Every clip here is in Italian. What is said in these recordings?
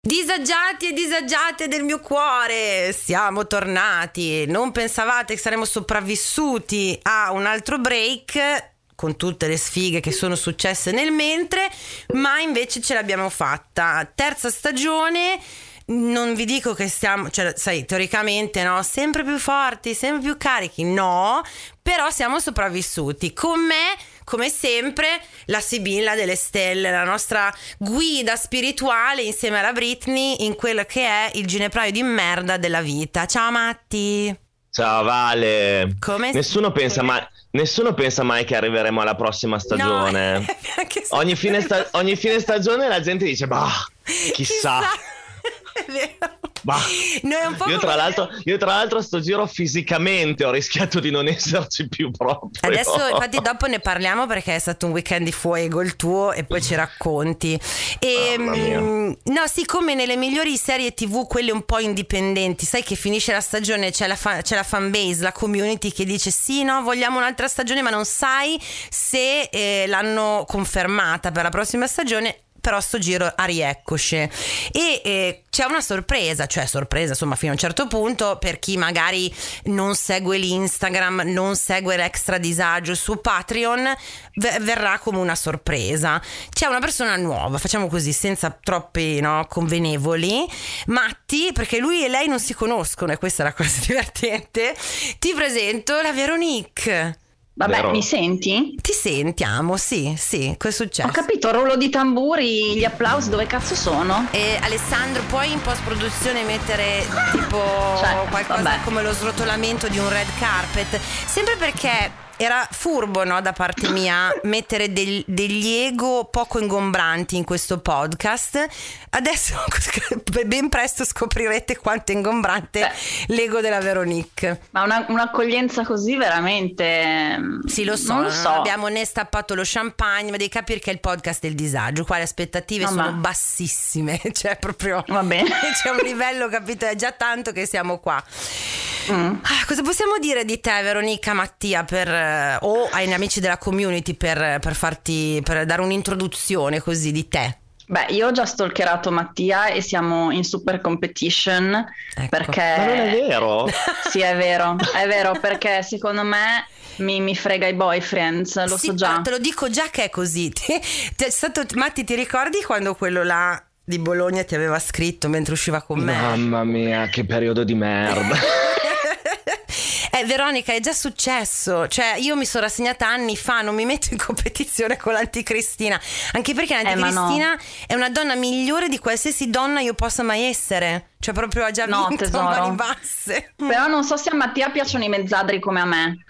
Disagiati e disagiate del mio cuore, siamo tornati. Non pensavate che saremmo sopravvissuti a un altro break con tutte le sfighe che sono successe nel mentre, ma invece ce l'abbiamo fatta. Terza stagione. Non vi dico che stiamo, cioè, sai, teoricamente no, sempre più forti, sempre più carichi, no, però siamo sopravvissuti. Con me, come sempre, la Sibilla delle Stelle, la nostra guida spirituale insieme alla Britney in quello che è il ginepraio di merda della vita. Ciao Matti. Ciao Vale. Come Nessuno pensa mai che arriveremo alla prossima stagione. No, ogni fine stagione la gente dice bah, chissà. È vero. Bah. Noi un po' Io tra l'altro sto giro fisicamente ho rischiato di non esserci più proprio. Adesso infatti dopo ne parliamo perché è stato un weekend di fuego il tuo e poi ci racconti. No, sì, come nelle migliori serie TV, quelle un po' indipendenti, sai che finisce la stagione, c'è la fanbase, la community che dice sì, no, vogliamo un'altra stagione, ma non sai se l'hanno confermata per la prossima stagione. Però sto giro a rieccoci e c'è una sorpresa, insomma fino a un certo punto, per chi magari non segue l'Instagram, non segue l'Extra Disagio su Patreon, verrà come una sorpresa. C'è una persona nuova, facciamo così senza troppi convenevoli, Matti, perché lui e lei non si conoscono e questa è la cosa divertente. Ti presento la Veronique. Vabbè, Vero. Mi senti? Ti sentiamo, sì, cosa è successo? Ho capito, rullo di tamburi, gli applausi dove cazzo sono? E Alessandro, puoi in post-produzione mettere tipo qualcosa vabbè. come lo srotolamento di un red carpet? Sempre perché era furbo, no, da parte mia mettere degli ego poco ingombranti in questo podcast. Adesso ben presto scoprirete quanto è ingombrante l'ego della Veronique. Ma un'accoglienza così veramente... Sì, lo so, non lo so. Non abbiamo né stappato lo champagne, ma devi capire che è il podcast del disagio, qua le aspettative sono bassissime, cioè proprio Va bene. c'è un livello, capito, è già tanto che siamo qua. Cosa possiamo dire di te, Veronica, Mattia, o ai amici della community per dare un'introduzione così di te? Beh, io ho già stalkerato Mattia e siamo in super competition, Ecco. perché... Ma non è vero? Sì, è vero, perché secondo me mi frega i boyfriends, lo so già. Te lo dico già che è così. Matti, ti ricordi quando quello là di Bologna ti aveva scritto mentre usciva con me? Mamma mia, che periodo di merda. Veronica, è già successo, cioè io mi sono rassegnata anni fa, non mi metto in competizione con l'anticristina, anche perché l'anticristina è una donna migliore di qualsiasi donna io possa mai essere, cioè proprio ha già vinto a mani basse. Però non so se a Mattia piacciono i mezzadri come a me.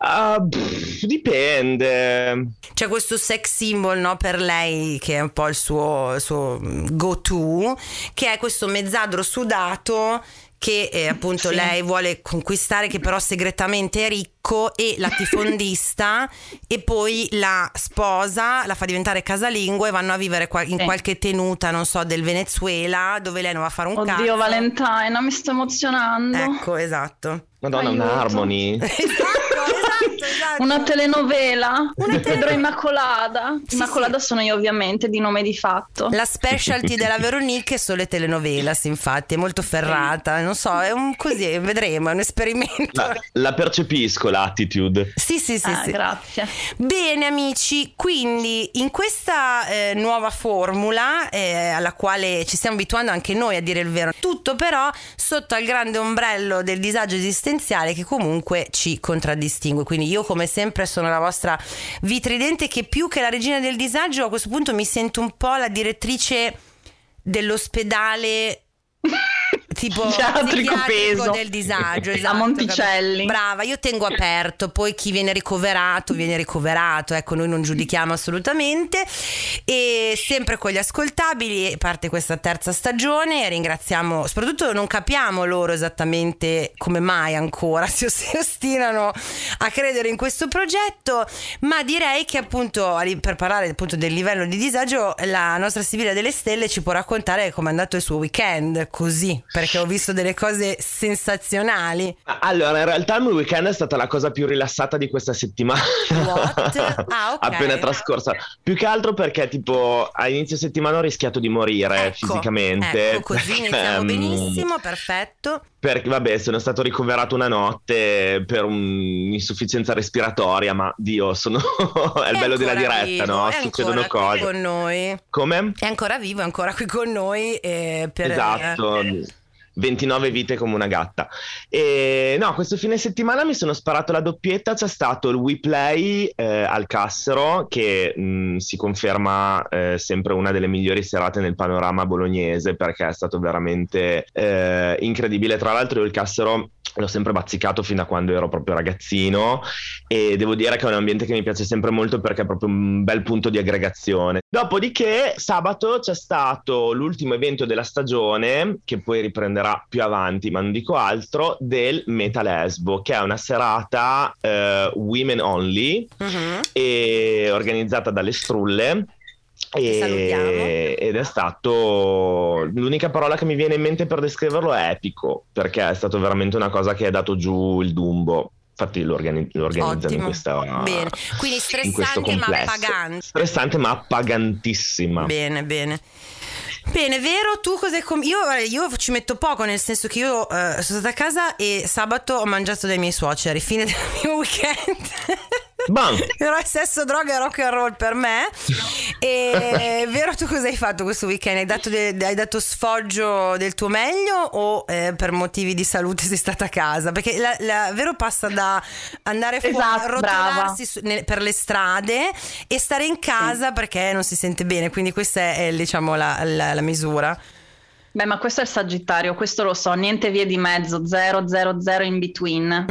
Dipende. C'è questo sex symbol, no, per lei, che è un po' il suo go-to, che è questo mezzadro sudato che appunto lei vuole conquistare, che però segretamente è ricco, e la tifondista e poi la sposa, la fa diventare casalingo e vanno a vivere in qualche tenuta, non so, del Venezuela, dove lei non va a fare un cazzo. Oddio, Valentina, mi sto emozionando. Ecco, esatto. Madonna, Aiuto. una Harmony. Esatto. Una telenovela. Pedro Immacolada. Immacolada sono io, ovviamente, di nome di fatto. La specialty della Veronique sono le telenovelas, infatti, è molto ferrata, non so, è così, vedremo, è un esperimento. La percepisco l'attitude. Sì. Grazie. Bene amici, quindi in questa nuova formula alla quale ci stiamo abituando anche noi, a dire il vero, tutto però sotto al grande ombrello del disagio esistenziale che comunque ci contraddistingue. Quindi io, come sempre, sono la vostra vitridente, che più che la regina del disagio a questo punto mi sento un po' la direttrice dell'ospedale tipo psichiatrico del disagio, esatto, a Monticelli. Brava, io tengo aperto, poi chi viene ricoverato, ecco, noi non giudichiamo assolutamente. E sempre con gli ascoltabili parte questa terza stagione, ringraziamo, soprattutto non capiamo loro esattamente come mai ancora si ostinano a credere in questo progetto, ma direi che appunto, per parlare appunto del livello di disagio, la nostra Sibilla delle Stelle ci può raccontare come è andato il suo weekend, così, perché che ho visto delle cose sensazionali. Allora, in realtà il mio weekend è stata la cosa più rilassata di questa settimana. What? Ah, ok. Appena trascorsa. Più che altro perché tipo a inizio settimana ho rischiato di morire fisicamente. Ecco, così iniziamo benissimo, perfetto. Perché vabbè, sono stato ricoverato una notte per un'insufficienza respiratoria, ma Dio, è il bello della diretta, no? Succedono cose. Con noi. Come? È ancora vivo, è ancora qui con noi. Esatto. 29 vite come una gatta. E no, questo fine settimana mi sono sparato la doppietta. C'è stato il WePlay al Cassero, che si conferma sempre una delle migliori serate nel panorama bolognese, perché è stato veramente incredibile. Tra l'altro io il Cassero l'ho sempre bazzicato fin da quando ero proprio ragazzino, e devo dire che è un ambiente che mi piace sempre molto perché è proprio un bel punto di aggregazione. Dopodiché sabato c'è stato l'ultimo evento della stagione, che poi riprenderà più avanti, ma non dico altro, del Metal Esbo, che è una serata women only, e organizzata dalle Strulle. Ed è stato, l'unica parola che mi viene in mente per descriverlo è epico, perché è stato veramente una cosa che ha dato giù il Dumbo. Infatti lo organizzano in questa. Bene, quindi stressante ma pagante. Stressante ma pagantissima. Bene, vero, tu cos'è io ci metto poco, nel senso che io sono stata a casa e sabato ho mangiato dai miei suoceri, fine del mio weekend. Però è sesso, droga e rock and roll per me. E vero, tu cosa hai fatto questo weekend? Hai dato sfoggio del tuo meglio o per motivi di salute sei stata a casa? Perché vero passa da andare fuori, rotolarsi per le strade e stare in casa perché non si sente bene, quindi questa è diciamo la misura. Beh, ma questo è il Sagittario, questo lo so, niente vie di mezzo, 0 in between.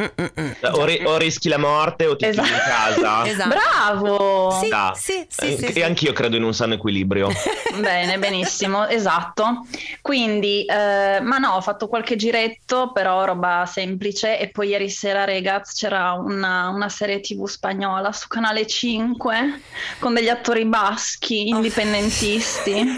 O rischi la morte o ti chiudi in casa. Esatto. Bravo! Sì. E anch'io credo in un sano equilibrio. Bene, benissimo, esatto. Quindi, ma no, ho fatto qualche giretto, però roba semplice, e poi ieri sera, ragazzi, c'era una serie TV spagnola su Canale 5 con degli attori baschi, indipendentisti.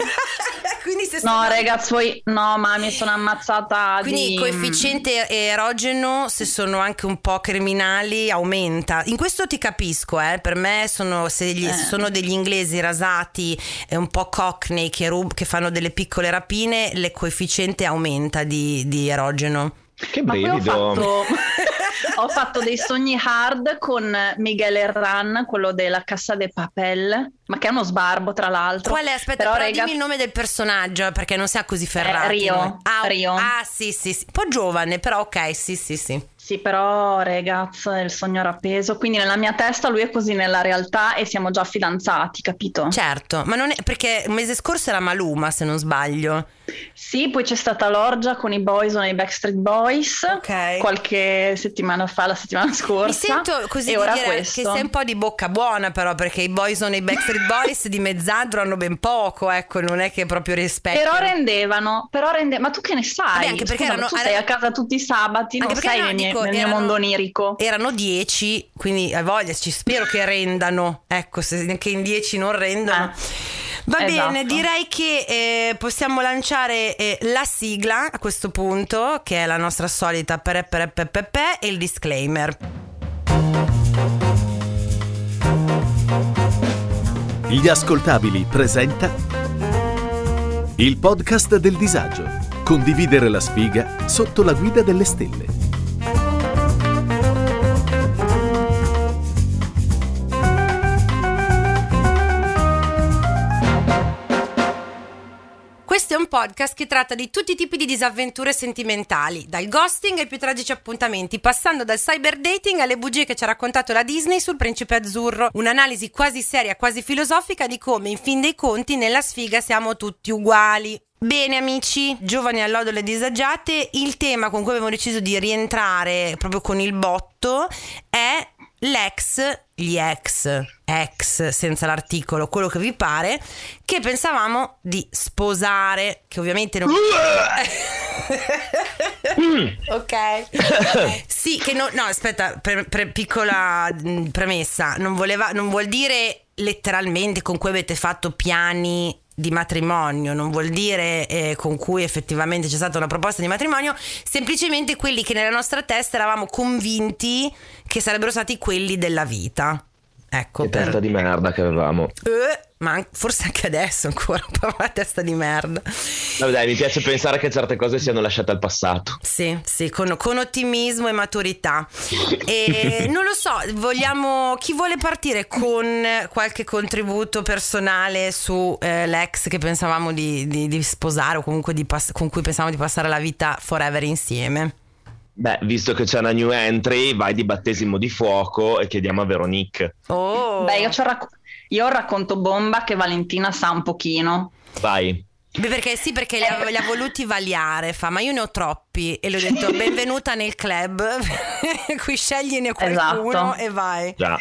No, ragazzi, poi no, ma mi sono ammazzata. Quindi il coefficiente erogeno, se sono anche un po' criminali, aumenta. In questo ti capisco, per me sono degli inglesi rasati, un po' cockney che fanno delle piccole rapine, il coefficiente aumenta di erogeno. Che brivido. Ho fatto dei sogni hard con Miguel Herrán, quello della Casa de Papel, ma che è uno sbarbo tra l'altro. Qual è? Aspetta, però dimmi il nome del personaggio, perché non sia così ferrato. Rio. Ah, sì, un po' giovane, però ok, sì. Sì, però ragazzi, il sogno era appeso, quindi nella mia testa lui è così nella realtà e siamo già fidanzati, capito? Certo, ma non è perché un mese scorso era Maluma, se non sbaglio. Sì, poi c'è stata l'orgia con i Boyzone e i Backstreet Boys, qualche settimana fa, la settimana scorsa. Mi sento così di dire che sei un po' di bocca buona, però, perché i Boyzone e i Backstreet Boys di mezzadro hanno ben poco, ecco, non è che proprio rispecchiano. Però rendevano, ma tu che ne sai? Vabbè, anche perché tu sei a casa tutti i sabati, non sei nel mio mondo onirico. Erano 10, quindi hai voglia, spero che rendano, ecco, se anche in 10 non rendono. Va bene, direi che possiamo lanciare la sigla a questo punto, che è la nostra solita e il disclaimer. Gli Ascoltabili presenta il podcast del disagio. Condividere la sfiga sotto la guida delle stelle. Questo è un podcast che tratta di tutti i tipi di disavventure sentimentali, dal ghosting ai più tragici appuntamenti, passando dal cyberdating alle bugie che ci ha raccontato la Disney sul Principe Azzurro. Un'analisi quasi seria, quasi filosofica di come, in fin dei conti, nella sfiga siamo tutti uguali. Bene amici, giovani allodole disagiate, il tema con cui abbiamo deciso di rientrare proprio con il botto è gli ex senza l'articolo, quello che vi pare, che pensavamo di sposare, che ovviamente non ok. Sì, che no, aspetta, piccola premessa, non vuol dire letteralmente con cui avete fatto piani di matrimonio, non vuol dire con cui effettivamente c'è stata una proposta di matrimonio, semplicemente quelli che nella nostra testa eravamo convinti che sarebbero stati quelli della vita. Ecco, che testa di merda che avevamo. Ma forse anche adesso ancora un po' la testa di merda. Vabbè, dai, mi piace pensare che certe cose siano lasciate al passato. Sì, con ottimismo e maturità. E non lo so, chi vuole partire con qualche contributo personale su l'ex che pensavamo di sposare o comunque con cui pensavamo di passare la vita forever insieme? Beh, visto che c'è una new entry, vai di battesimo di fuoco e chiediamo a Veronique. Oh. Beh, io racconto bomba che Valentina sa un pochino. Vai. Beh, perché li ha voluti vagliare, ma io ne ho troppi e le ho detto benvenuta nel club, qui scegliene qualcuno, esatto. E vai. Già.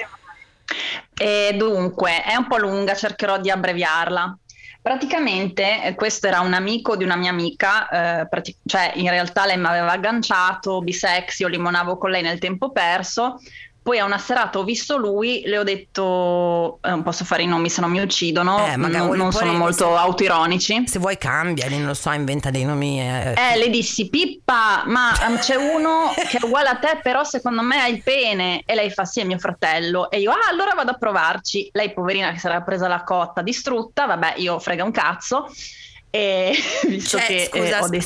E dunque, è un po' lunga, cercherò di abbreviarla. Praticamente questo era un amico di una mia amica, cioè in realtà lei mi aveva agganciato, bisex, io limonavo con lei nel tempo perso. Poi a una serata ho visto lui, le ho detto non posso fare i nomi se no mi uccidono, non sono molto autoironici. Se vuoi cambiali, non lo so, inventa dei nomi. Le dissi Pippa, ma c'è uno che è uguale a te però secondo me ha il pene, e lei fa sì è mio fratello, e io allora vado a provarci. Lei poverina che si era presa la cotta distrutta, vabbè io frega un cazzo. E visto che scusa, ho dei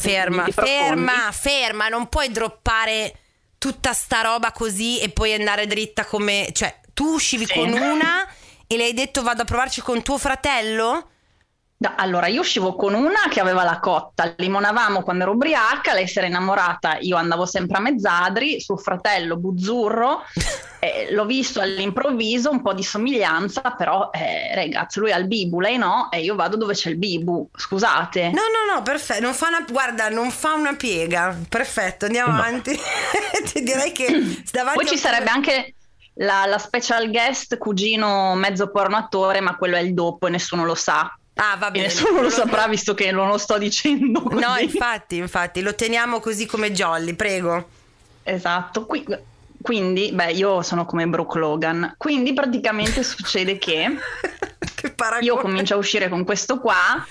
ferma, non puoi droppare tutta sta roba così e poi andare dritta come... Cioè, tu uscivi con una e le hai detto vado a provarci con tuo fratello? No, allora, io uscivo con una che aveva la cotta, limonavamo quando ero ubriaca, lei si era innamorata, io andavo sempre a mezzadri, suo fratello buzzurro, l'ho visto all'improvviso, un po' di somiglianza, però ragazzi, lui ha il bibu, lei no, e io vado dove c'è il bibu, scusate. No, perfetto, non fa una piega, perfetto, andiamo avanti. Ti direi che davanti poi ci sarebbe anche la special guest cugino mezzo porno attore, ma quello è il dopo e nessuno lo sa. Ah, va bene. Nessuno lo saprà visto che non lo sto dicendo così. No, infatti, lo teniamo così come jolly, prego. Esatto, quindi, io sono come Brooke Logan, quindi praticamente succede che io comincio a uscire con questo qua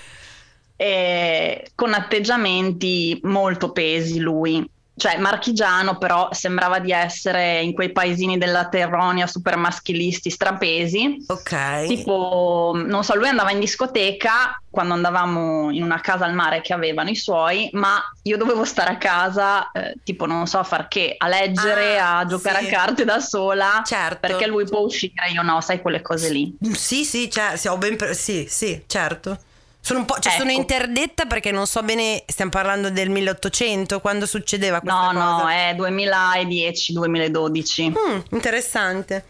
con atteggiamenti molto pesi lui. Cioè marchigiano, però sembrava di essere in quei paesini della Terronia super maschilisti strapesi. Ok. Tipo, non so, lui andava in discoteca quando andavamo in una casa al mare che avevano i suoi, ma io dovevo stare a casa, tipo non so a far che, a leggere, a giocare a carte da sola. Certo. Perché lui può uscire, io no, sai quelle cose lì. Sì, cioè, sì, certo. Sono un po', sono interdetta perché non so bene, stiamo parlando del 1800, quando succedeva questa cosa? No, è 2010-2012. Interessante.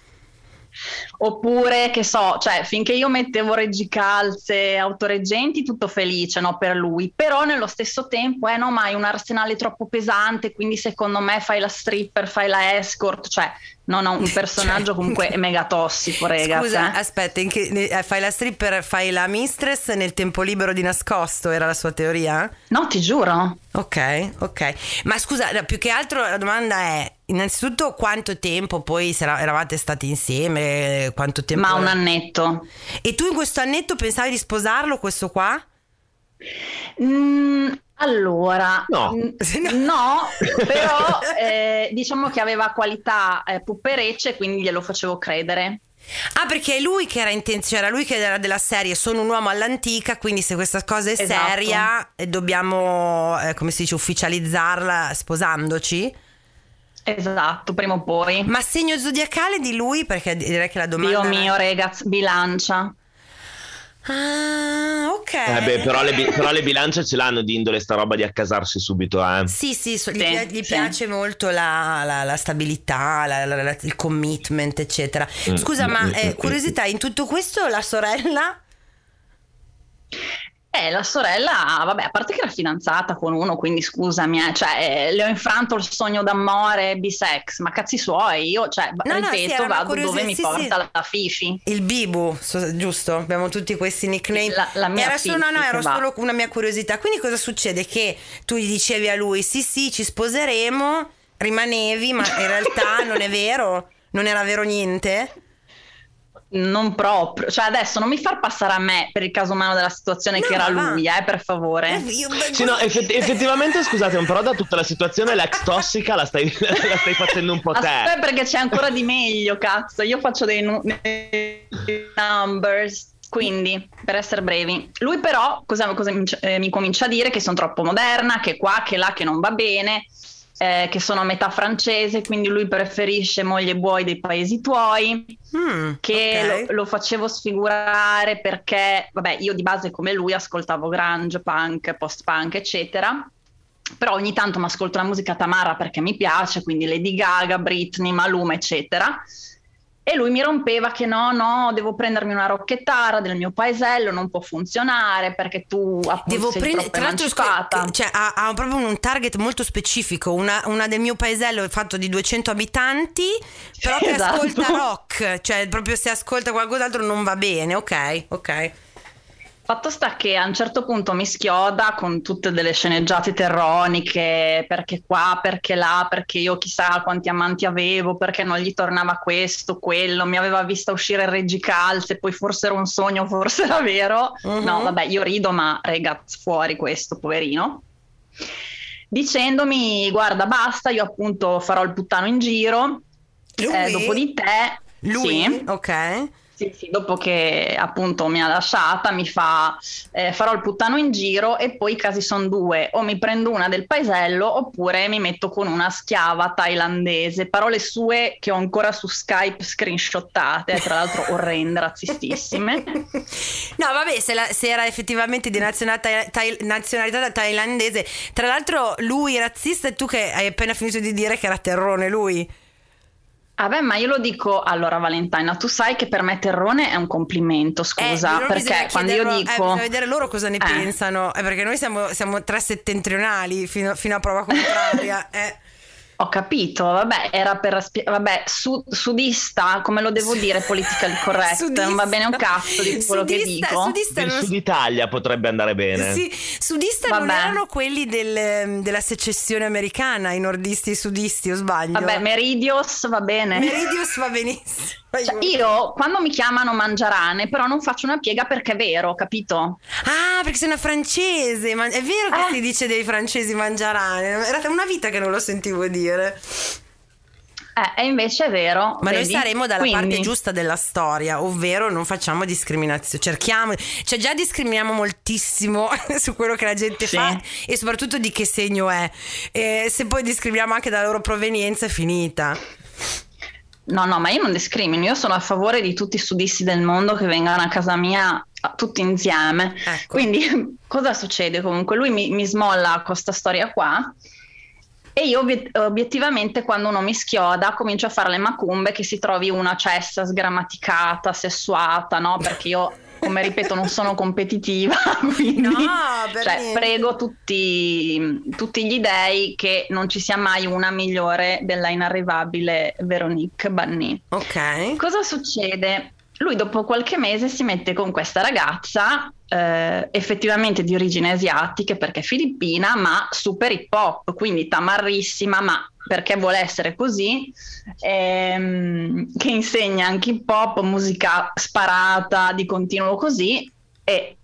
Oppure, che so, cioè finché io mettevo reggicalze autoreggenti tutto felice, no, per lui, però nello stesso tempo no, ma hai un arsenale troppo pesante, quindi secondo me fai la stripper, fai la escort, cioè no, un personaggio comunque è mega tossico, ragazzi. Scusa, aspetta, fai la stripper, fai la mistress nel tempo libero di nascosto, era la sua teoria? No, ti giuro. Ok. Ma scusa, più che altro la domanda è, innanzitutto quanto tempo poi eravate stati insieme? Quanto tempo? Ma un annetto. E tu in questo annetto pensavi di sposarlo, questo qua? Allora, no, però diciamo che aveva qualità puperecce, quindi glielo facevo credere. Ah, perché è lui che era lui che era della serie sono un uomo all'antica, quindi se questa cosa è seria dobbiamo, come si dice, ufficializzarla sposandoci? Esatto, prima o poi. Ma segno zodiacale di lui? Perché direi che la domanda... Dio mio, ragazzi, Bilancia. Ah, ok. Però le bilance ce l'hanno di indole sta roba di accasarsi subito, Sì, gli piace molto la stabilità, il commitment, eccetera. Scusa, ma curiosità, in tutto questo la sorella? La sorella, vabbè, a parte che era fidanzata con uno, quindi scusami, cioè, le ho infranto il sogno d'amore bisex, ma cazzi suoi, io, cioè, ripeto, vado dove mi porta la Fifi. Il Bibu, giusto? Abbiamo tutti questi nickname. La mia era Fifi, solo una mia curiosità. Quindi cosa succede? Che tu gli dicevi a lui, sì, ci sposeremo, rimanevi, ma in realtà non è vero? Non era vero niente? Non proprio, cioè adesso non mi far passare a me per il caso umano della situazione che era lui, per favore. Sì, no, effettivamente scusate, però da tutta la situazione l'ex tossica la stai facendo un po' te. Aspetta, perché c'è ancora di meglio, cazzo. Io faccio dei numbers. Quindi, per essere brevi, lui però cosa mi comincia a dire? Che sono troppo moderna, che qua, che là, che non va bene, che sono a metà francese, quindi lui preferisce moglie e buoi dei paesi tuoi, che lo facevo sfigurare perché, vabbè, io di base come lui ascoltavo grunge, punk, post-punk, eccetera, però ogni tanto mi ascolto la musica Tamara perché mi piace, quindi Lady Gaga, Britney, Maluma, eccetera. E lui mi rompeva che no, devo prendermi una rocchettara del mio paesello, non può funzionare perché tu appunto sei troppo emancipata. Cioè ha proprio un target molto specifico, una del mio paesello fatto di 200 abitanti, però che ascolta rock, cioè proprio se ascolta qualcos'altro non va bene, ok. Fatto sta che a un certo punto mi schioda con tutte delle sceneggiate terroniche, perché qua, perché là, perché io chissà quanti amanti avevo, perché non gli tornava questo, quello, mi aveva vista uscire il Reggicalze, poi forse era un sogno, forse era vero. No, vabbè, io rido, ma ragazzi, fuori questo, poverino. Dicendomi, guarda, basta, io appunto farò il puttano in giro, dopo di te. Lui? Sì. Ok. Sì, dopo che appunto mi ha lasciata mi fa farò il puttano in giro e poi i casi sono due, o mi prendo una del paesello oppure mi metto con una schiava thailandese, parole sue che ho ancora su Skype screenshottate, tra l'altro orrende, razzistissime. No vabbè, se era effettivamente di nazionalità thailandese, tra l'altro lui razzista e tu che hai appena finito di dire che era terrone lui. Vabbè, ma io lo dico, allora Valentina, tu sai che per me terrone è un complimento, scusa, perché quando io dico... bisogna vedere loro cosa ne pensano, perché noi siamo tre settentrionali fino a prova contraria. Ho capito, vabbè, era per sudista, come lo devo dire, politically correct, sudista. Non va bene un cazzo di quello che dico. Del Sud Italia potrebbe andare bene. Sì, sudista non erano quelli della secessione americana, i nordisti e i sudisti, o sbaglio? Vabbè, Meridios va bene. Meridios va benissimo. Cioè, io quando mi chiamano mangiarane però non faccio una piega perché è vero, capito? Ah, perché sei una francese, ma è vero che si dice dei francesi mangiarane, era una vita che non lo sentivo dire. E invece è vero. Ma vedi? Noi saremo dalla parte giusta della storia, ovvero non facciamo discriminazione, cioè già discriminiamo moltissimo su quello che la gente fa e soprattutto di che segno è, e se poi discriminiamo anche dalla loro provenienza è finita. No, ma io non discrimino, io sono a favore di tutti i sudisti del mondo che vengano a casa mia tutti insieme. Ecco. Quindi cosa succede? Comunque lui mi smolla con questa storia qua e io obiettivamente quando uno mi schioda comincio a fare le macumbe che si trovi una cessa sgrammaticata, sessuata, no? Perché io, come ripeto, non sono competitiva, quindi prego tutti gli dei che non ci sia mai una migliore della inarrivabile Véronique Banny. Ok. Cosa succede? Lui dopo qualche mese si mette con questa ragazza effettivamente di origini asiatiche perché è filippina, ma super hip hop, quindi tamarrissima, ma perché vuole essere così, che insegna anche hip hop, musica sparata di continuo così, e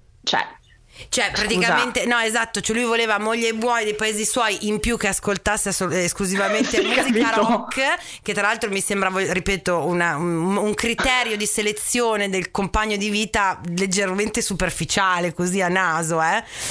cioè praticamente no, esatto, cioè lui voleva moglie e buoi dei paesi suoi, in più che ascoltasse esclusivamente musica rock, che tra l'altro mi sembra, ripeto, un criterio di selezione del compagno di vita leggermente superficiale, così a naso,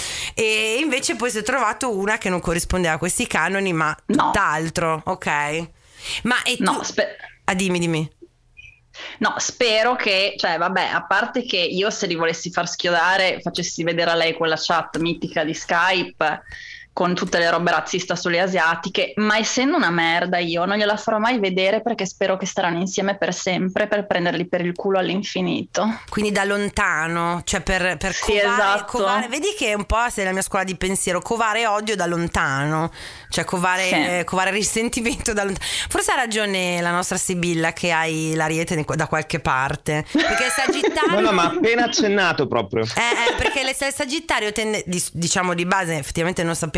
e invece poi si è trovato una che non corrispondeva a questi canoni, ma tutt'altro. Ok, ma e tu... dimmi. No, spero che, cioè vabbè, a parte che io se li volessi far schiodare facessi vedere a lei quella chat mitica di Skype con tutte le robe razziste sulle asiatiche, ma essendo una merda io non gliela farò mai vedere perché spero che staranno insieme per sempre per prenderli per il culo all'infinito. Quindi da lontano, cioè per sì, covare, vedi che è un po' sei la mia scuola di pensiero, covare odio da lontano, cioè covare risentimento da lontano. Forse ha ragione la nostra Sibilla che hai l'ariete da qualche parte, perché il Sagittario no, ma appena accennato proprio perché il Sagittario tende, diciamo di base, effettivamente non sappiamo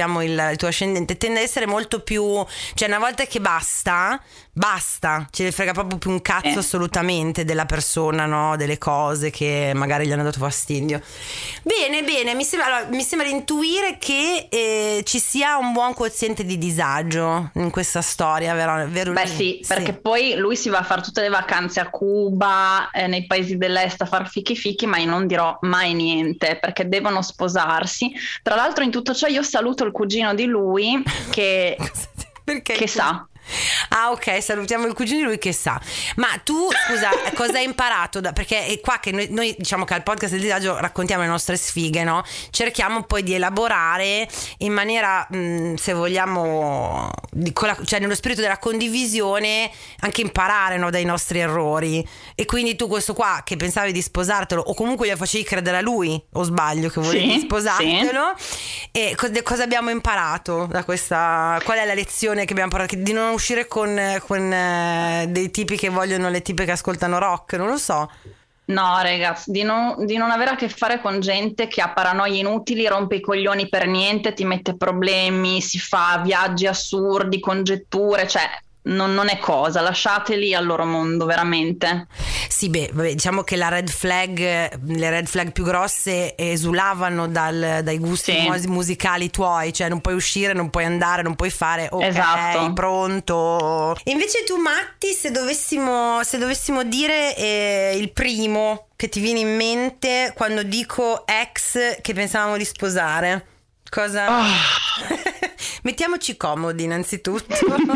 diciamo il tuo ascendente, tende ad essere molto più, cioè una volta che basta, ce ne frega proprio più un cazzo assolutamente della persona, no? Delle cose che magari gli hanno dato fastidio. Bene, mi sembra di intuire che ci sia un buon quoziente di disagio in questa storia, vero? Beh sì, perché poi lui si va a fare tutte le vacanze a Cuba, nei paesi dell'est a far fichi, ma io non dirò mai niente perché devono sposarsi. Tra l'altro in tutto ciò io saluto il cugino di lui che sa. Ah, ok, salutiamo il cugino di lui che sa. Ma tu, scusa, cosa hai imparato? Perché è qua che noi diciamo che al podcast del disagio raccontiamo le nostre sfighe, no? Cerchiamo poi di elaborare in maniera, se vogliamo, cioè nello spirito della condivisione, anche imparare, no, dai nostri errori. E quindi tu questo qua che pensavi di sposartelo, o comunque gli facevi credere a lui, o sbaglio, che volevi sposartelo, e cosa abbiamo imparato da questa? Qual è la lezione che abbiamo imparato? Di non uscire con dei tipi che vogliono le tipe che ascoltano rock, non lo so. No ragazzi, di non avere a che fare con gente che ha paranoie inutili, rompe i coglioni per niente, ti mette problemi, si fa viaggi assurdi, congetture, cioè non è cosa, lasciateli al loro mondo veramente. Sì, vabbè, diciamo che le red flag più grosse esulavano dai gusti musicali tuoi, cioè non puoi uscire, non puoi andare, non puoi fare, ok, esatto. Pronto. E invece tu, Matti, se dovessimo dire il primo che ti viene in mente quando dico ex che pensavamo di sposare, cosa? Mettiamoci comodi innanzitutto.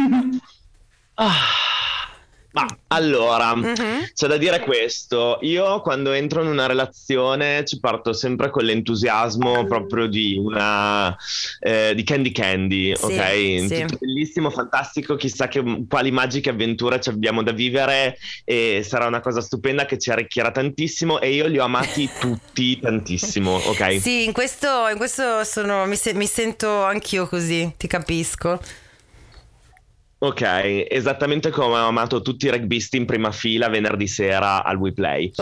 Ma allora, c'è da dire questo: io quando entro in una relazione ci parto sempre con l'entusiasmo proprio di Candy, ok? Sì. Tutto bellissimo, fantastico, chissà quali magiche avventure ci abbiamo da vivere e sarà una cosa stupenda che ci arricchirà tantissimo, e io li ho amati tutti tantissimo, ok? Sì, in questo mi sento anch'io così, ti capisco. Ok, esattamente come ho amato tutti i rugbisti in prima fila venerdì sera al WePlay.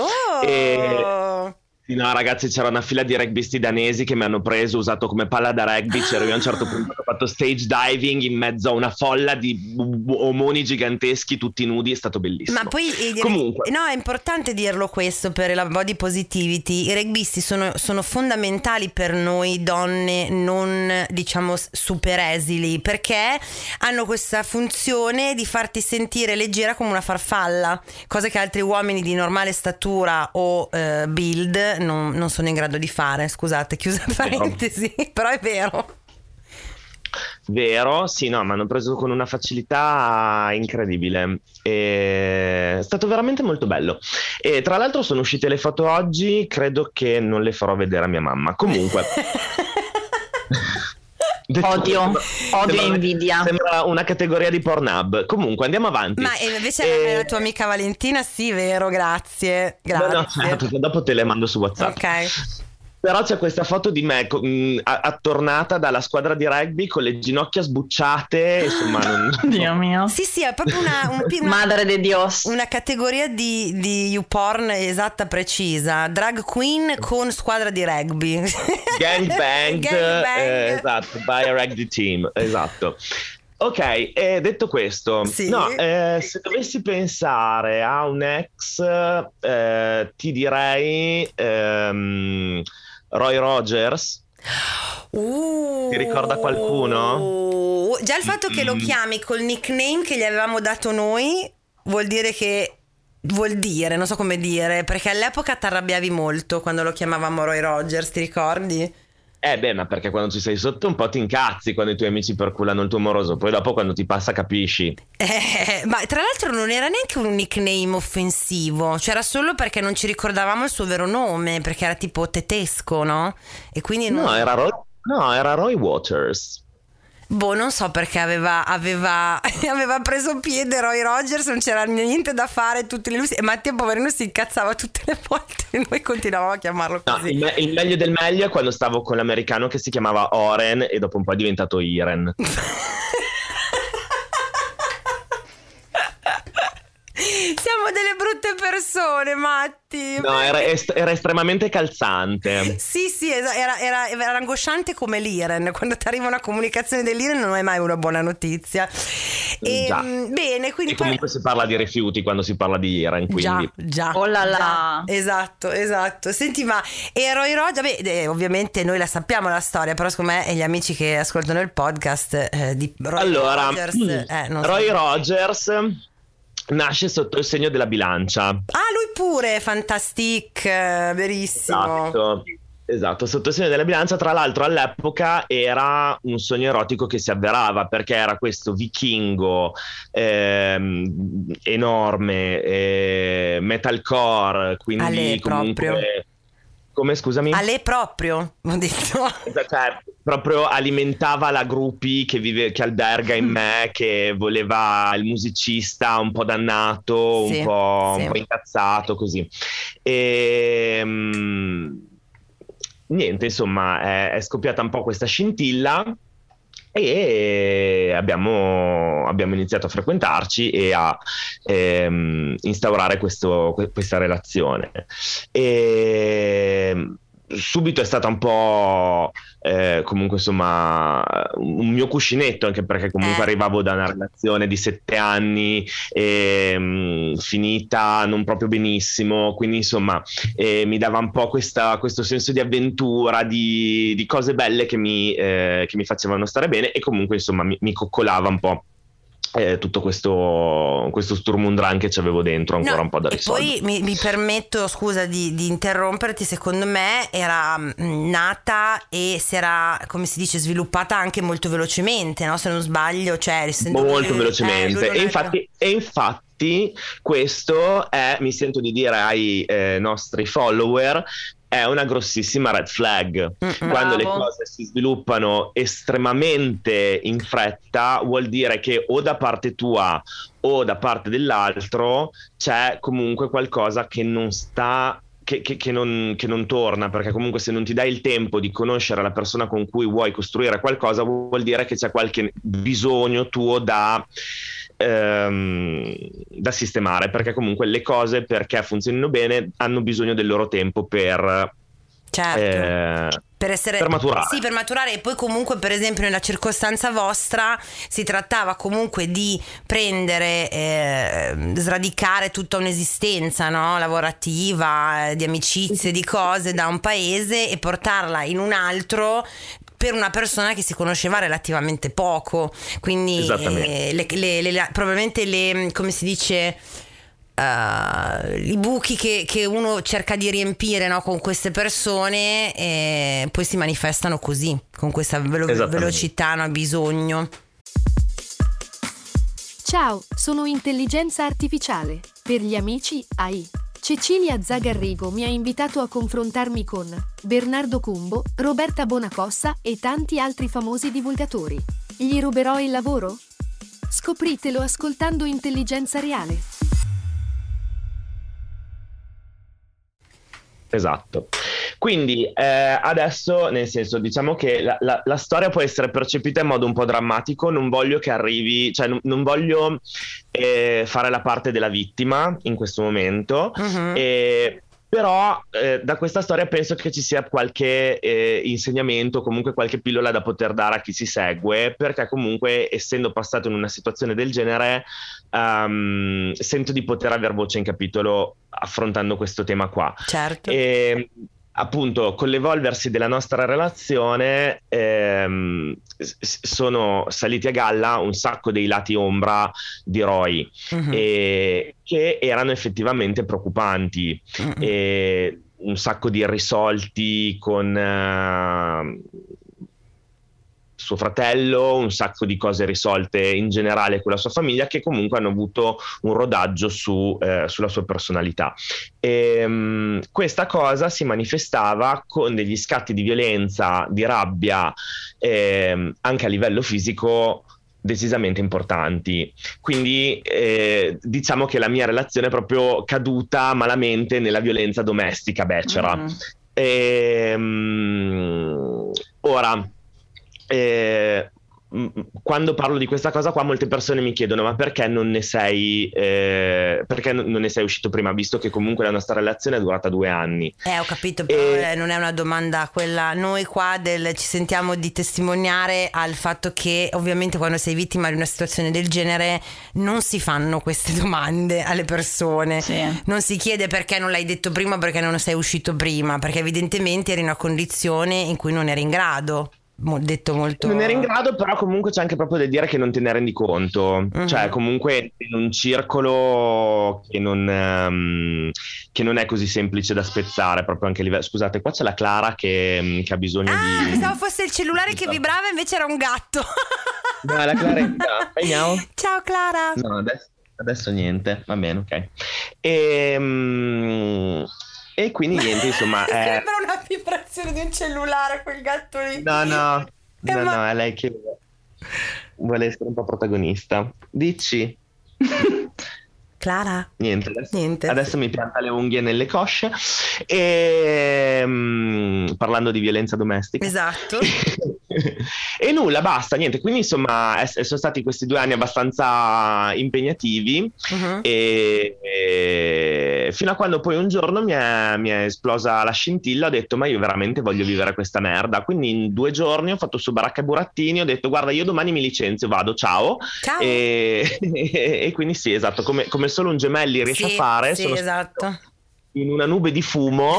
No ragazzi, c'era una fila di rugbisti danesi che mi hanno usato come palla da rugby. C'ero io a un certo punto, ho fatto stage diving in mezzo a una folla di omoni giganteschi tutti nudi, è stato bellissimo. Ma poi comunque no, è importante dirlo questo per la body positivity. I rugbisti sono fondamentali per noi donne non, diciamo, super esili, perché hanno questa funzione di farti sentire leggera come una farfalla, cosa che altri uomini di normale statura o build non sono in grado di fare. Scusate, chiusa parentesi, però è vero, sì, no, mi hanno preso con una facilità incredibile, è stato veramente molto bello. E tra l'altro sono uscite le foto oggi, credo che non le farò vedere a mia mamma. Comunque odio e invidia. Sembra una categoria di Pornhub. Comunque andiamo avanti. Ma invece la tua amica Valentina, sì, vero, grazie. No, certo, dopo te le mando su WhatsApp. Ok. Però c'è questa foto di me attornata dalla squadra di rugby con le ginocchia sbucciate, insomma. Dio mio. Sì, è proprio una Madre de Dios. Una categoria di YouPorn esatta, precisa. Drag queen con squadra di rugby. Gangbanged, esatto, by a rugby team, esatto. Ok, detto questo, sì. No, se dovessi pensare a un ex, ti direi Roy Rogers. Ti ricorda qualcuno? Già il fatto che lo chiami col nickname che gli avevamo dato noi vuol dire, non so come dire, perché all'epoca ti arrabbiavi molto quando lo chiamavamo Roy Rogers, ti ricordi? Ma perché quando ci sei sotto un po' ti incazzi quando i tuoi amici perculano il tuo moroso, poi dopo quando ti passa capisci. Ma tra l'altro non era neanche un nickname offensivo, cioè era solo perché non ci ricordavamo il suo vero nome, perché era tipo tedesco, no? E quindi no, era Roy Waters. Non so perché aveva preso piede Roy Rogers, non c'era niente da fare, tutte le luci, e Mattia poverino si incazzava tutte le volte e noi continuavamo a chiamarlo così. No, il meglio del meglio è quando stavo con l'americano che si chiamava Oren e dopo un po' è diventato Iren. Siamo delle brutte persone. persone, Matti. No, era estremamente calzante. Sì, era angosciante come l'Iren. Quando ti arriva una comunicazione dell'Iren non è mai una buona notizia. Bene, quindi e comunque si parla di rifiuti quando si parla di Iren, quindi già. Oh là là. Esatto. Senti, ma Roy Rogers, ovviamente noi la sappiamo la storia, però secondo me gli amici che ascoltano il podcast di Roy Rogers non Roy so. Rogers nasce sotto il segno della bilancia. Lui pure, fantastic, verissimo. Esatto, sotto il segno della bilancia. Tra l'altro all'epoca era un sogno erotico che si avverava, perché era questo vichingo enorme, metalcore, quindi comunque... proprio. Come, scusami? A lei proprio, ho detto. Cioè, proprio alimentava la groupie che alberga in me, che voleva il musicista un po' dannato, un po' incazzato, così. Niente, insomma, è scoppiata un po' questa scintilla e abbiamo iniziato a frequentarci e a instaurare questa relazione. Subito è stata un po' comunque insomma un mio cuscinetto, anche perché comunque arrivavo da una relazione di 7 anni finita non proprio benissimo, quindi insomma mi dava un po' questo senso di avventura, di cose belle che mi facevano stare bene, e comunque insomma mi coccolava un po' tutto questo Sturm und Drang che c'avevo dentro ancora un po' da risolvere. E poi mi permetto, scusa di interromperti, secondo me era nata e si era, come si dice, sviluppata anche molto velocemente, no? Se non sbaglio, cioè molto velocemente, e infatti questo mi sento di dire ai nostri follower, è una grossissima red flag. Quando le cose si sviluppano estremamente in fretta, vuol dire che o da parte tua o da parte dell'altro c'è comunque qualcosa che non sta, che non torna, perché comunque se non ti dai il tempo di conoscere la persona con cui vuoi costruire qualcosa, vuol dire che c'è qualche bisogno tuo da sistemare, perché comunque le cose, perché funzionino bene, hanno bisogno del loro tempo per maturare. Sì, per maturare. E poi comunque, per esempio, nella circostanza vostra si trattava comunque di prendere, sradicare tutta un'esistenza, no? Lavorativa, di amicizie, di cose da un paese e portarla in un altro, per una persona che si conosceva relativamente poco, quindi probabilmente come si dice, i buchi che uno cerca di riempire, no, con queste persone, poi si manifestano così, con questa velocità, no, bisogno. Ciao, sono intelligenza artificiale. Per gli amici AI. Cecilia Zagarrigo mi ha invitato a confrontarmi con Bernardo Cumbo, Roberta Bonacossa e tanti altri famosi divulgatori. Gli ruberò il lavoro? Scopritelo ascoltando Intelligenza Reale. Esatto. Quindi adesso, nel senso, diciamo che la storia può essere percepita in modo un po' drammatico. Non voglio che arrivi, cioè non voglio fare la parte della vittima in questo momento, però da questa storia penso che ci sia qualche insegnamento, comunque qualche pillola da poter dare a chi ci segue, perché comunque, essendo passato in una situazione del genere, sento di poter aver voce in capitolo affrontando questo tema qua. Certo. E appunto, con l'evolversi della nostra relazione sono saliti a galla un sacco dei lati ombra di Roy, che erano effettivamente preoccupanti, e un sacco di irrisolti con suo fratello, un sacco di cose risolte in generale con la sua famiglia, che comunque hanno avuto un rodaggio sulla sua personalità. Questa cosa si manifestava con degli scatti di violenza, di rabbia, anche a livello fisico, decisamente importanti. Quindi diciamo che la mia relazione è proprio caduta malamente nella violenza domestica becera. Ora, quando parlo di questa cosa qua molte persone mi chiedono ma perché non ne sei uscito prima, visto che comunque la nostra relazione è durata 2 anni. Ho capito, però non è una domanda quella, noi qua ci sentiamo di testimoniare al fatto che ovviamente quando sei vittima di una situazione del genere non si fanno queste domande alle persone, non si chiede perché non l'hai detto prima, perché non sei uscito prima, perché evidentemente eri in una condizione in cui non eri in grado. Detto molto. Non eri in grado, però comunque c'è anche proprio da dire che non te ne rendi conto. Cioè comunque in un circolo che non è così semplice da spezzare, proprio anche a livello. Scusate, qua c'è la Clara che ha bisogno di. Pensavo fosse il cellulare che vibrava, invece era un gatto. No, la Claretta. Ciao Clara. No, adesso niente, va bene, ok. E quindi niente, insomma. Sembra una vibrazione di un cellulare quel gatto lì. No, è lei che vuole essere un po' protagonista. Dici? Clara? Niente. Adesso mi pianta le unghie nelle cosce. Parlando di violenza domestica. Esatto. E nulla, basta, niente. Quindi insomma sono stati questi 2 anni abbastanza impegnativi e fino a quando poi un giorno mi è esplosa la scintilla, ho detto ma io veramente voglio vivere questa merda, quindi in 2 giorni ho fatto su baracca e burattini, ho detto guarda io domani mi licenzio, vado, ciao. E quindi sì, esatto, come solo un Gemelli riesce a fare, sì, esatto, in una nube di fumo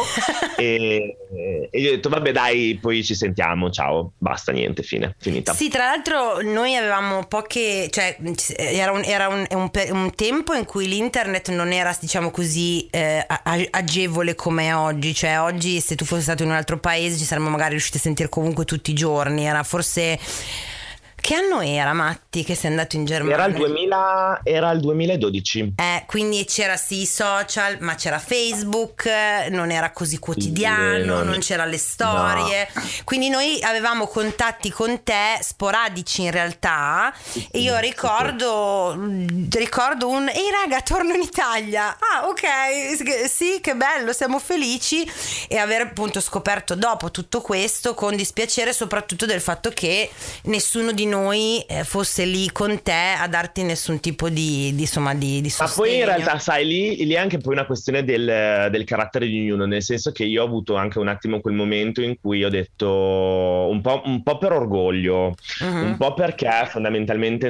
e io ho detto vabbè dai, poi ci sentiamo, ciao, basta, niente, finita. Sì, tra l'altro noi avevamo poche, cioè era un tempo in cui l'internet non era, diciamo così, agevole come oggi, cioè oggi se tu fossi stato in un altro paese ci saremmo magari riusciti a sentire comunque tutti i giorni, era forse... Che anno era, Matti, che sei andato in Germania? Era il 2012. Quindi c'era sì i social, ma c'era Facebook, non era così quotidiano, non c'era le storie. No. Quindi noi avevamo contatti con te sporadici in realtà. E io ricordo un ehi raga, torno in Italia. Ah, ok, sì, che bello, siamo felici. E aver appunto scoperto dopo tutto questo con dispiacere, soprattutto del fatto che nessuno di noi fosse lì con te a darti nessun tipo di sostegno. Ma poi in realtà sai lì è anche poi una questione del carattere di ognuno, nel senso che io ho avuto anche un attimo quel momento in cui ho detto un po' per orgoglio, un po' perché fondamentalmente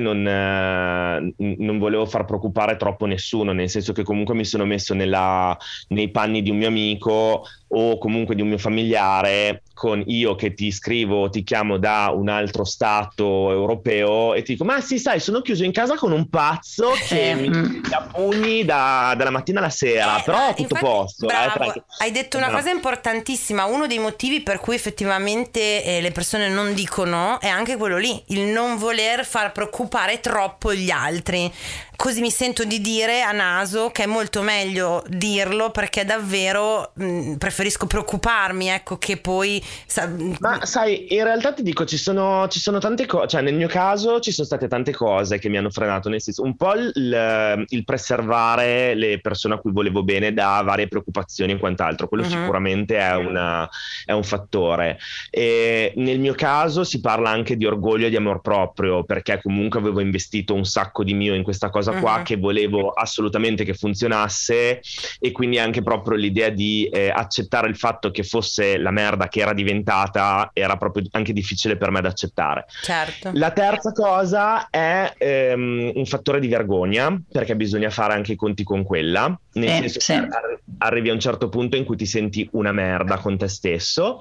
non volevo far preoccupare troppo nessuno, nel senso che comunque mi sono messo nei panni di un mio amico o comunque di un mio familiare, con io che ti scrivo, ti chiamo da un altro stato europeo e ti dico ma sì sai sono chiuso in casa con un pazzo che mi dà pugni dalla mattina alla sera, però tutto infatti, posto. Bravo, hai detto una cosa importantissima, uno dei motivi per cui effettivamente le persone non dicono è anche quello lì, il non voler far preoccupare troppo gli altri. Così mi sento di dire a naso che è molto meglio dirlo, perché davvero preferisco preoccuparmi, ecco, che poi ma sai, in realtà ti dico ci sono tante cose, cioè nel mio caso ci sono state tante cose che mi hanno frenato, nel senso un po' il preservare le persone a cui volevo bene da varie preoccupazioni e quant'altro, quello sicuramente è un fattore. E nel mio caso si parla anche di orgoglio e di amor proprio, perché comunque avevo investito un sacco di mio in questa cosa qua che volevo assolutamente che funzionasse, e quindi anche proprio l'idea di accettare il fatto che fosse la merda che era diventata era proprio anche difficile per me da accettare. Certo. La terza cosa è un fattore di vergogna, perché bisogna fare anche i conti con quella, nel senso che arrivi a un certo punto in cui ti senti una merda con te stesso,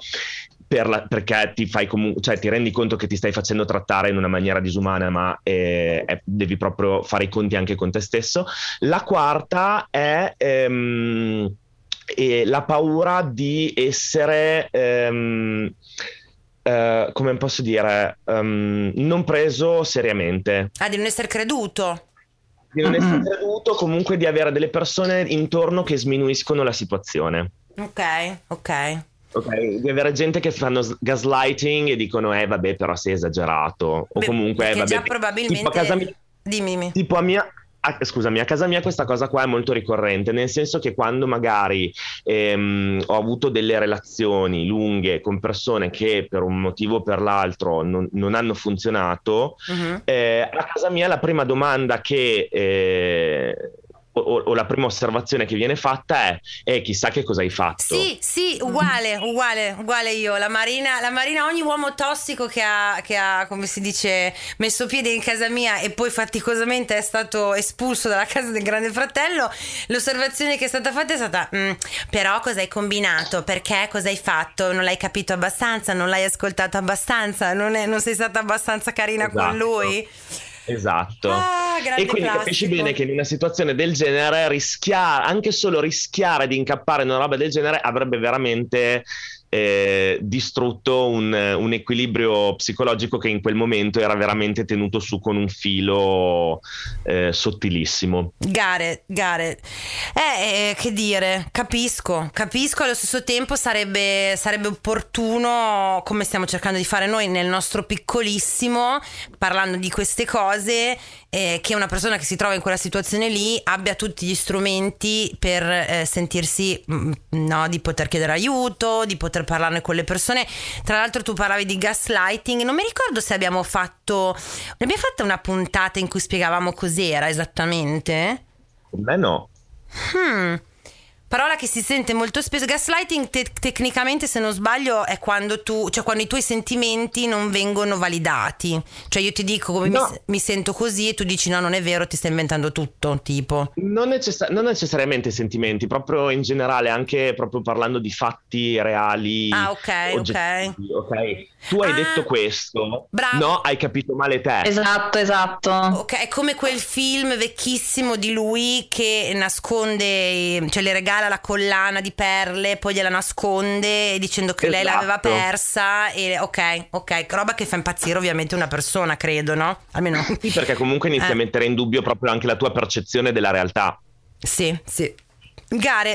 perché ti fai cioè ti rendi conto che ti stai facendo trattare in una maniera disumana, ma devi proprio fare i conti anche con te stesso. La quarta è la paura di essere come posso dire, non preso seriamente. Di non essere creduto. Di non essere creduto, comunque di avere delle persone intorno che sminuiscono la situazione. Ok, di avere gente che fanno gaslighting e dicono vabbè però sei esagerato, o comunque vabbè, già probabilmente tipo a casa dimmi. tipo a Scusami, a casa mia questa cosa qua è molto ricorrente, nel senso che quando magari ho avuto delle relazioni lunghe con persone che per un motivo o per l'altro non hanno funzionato, a casa mia la prima domanda che o la prima osservazione che viene fatta è chissà che cosa hai fatto. Sì, uguale io. La Marina, ogni uomo tossico che ha, come si dice, messo piede in casa mia e poi faticosamente è stato espulso dalla casa del grande fratello, l'osservazione che è stata fatta è stata però cosa hai combinato? Perché cosa hai fatto? Non l'hai capito abbastanza? Non l'hai ascoltato abbastanza? Non sei stata abbastanza carina con lui? Esatto. E quindi classico. Capisci bene che in una situazione del genere anche solo rischiare di incappare in una roba del genere avrebbe veramente distrutto un equilibrio psicologico che in quel momento era veramente tenuto su con un filo sottilissimo. Gare. Che dire, capisco, allo stesso tempo sarebbe opportuno, come stiamo cercando di fare noi nel nostro piccolissimo, parlando di queste cose, che una persona che si trova in quella situazione lì abbia tutti gli strumenti per sentirsi di poter chiedere aiuto, di poter parlarne con le persone. Tra l'altro tu parlavi di gaslighting, non mi ricordo se abbiamo fatto una puntata in cui spiegavamo cos'era esattamente. Beh, no. Parola che si sente molto spesso. Gaslighting tecnicamente, se non sbaglio, è quando quando i tuoi sentimenti non vengono validati. Cioè io ti dico come mi sento così e tu dici no, non è vero, ti stai inventando tutto, tipo. Non necessariamente sentimenti, proprio in generale, anche proprio parlando di fatti reali. Ok. Tu hai detto questo, bravo. No, hai capito male te. Esatto. Ok, è come quel film vecchissimo di lui che nasconde, cioè le regala la collana di perle, poi gliela nasconde dicendo che lei l'aveva persa e ok, roba che fa impazzire ovviamente una persona, credo, no? Almeno sì, perché comunque inizia a mettere in dubbio proprio anche la tua percezione della realtà. Sì. Gare.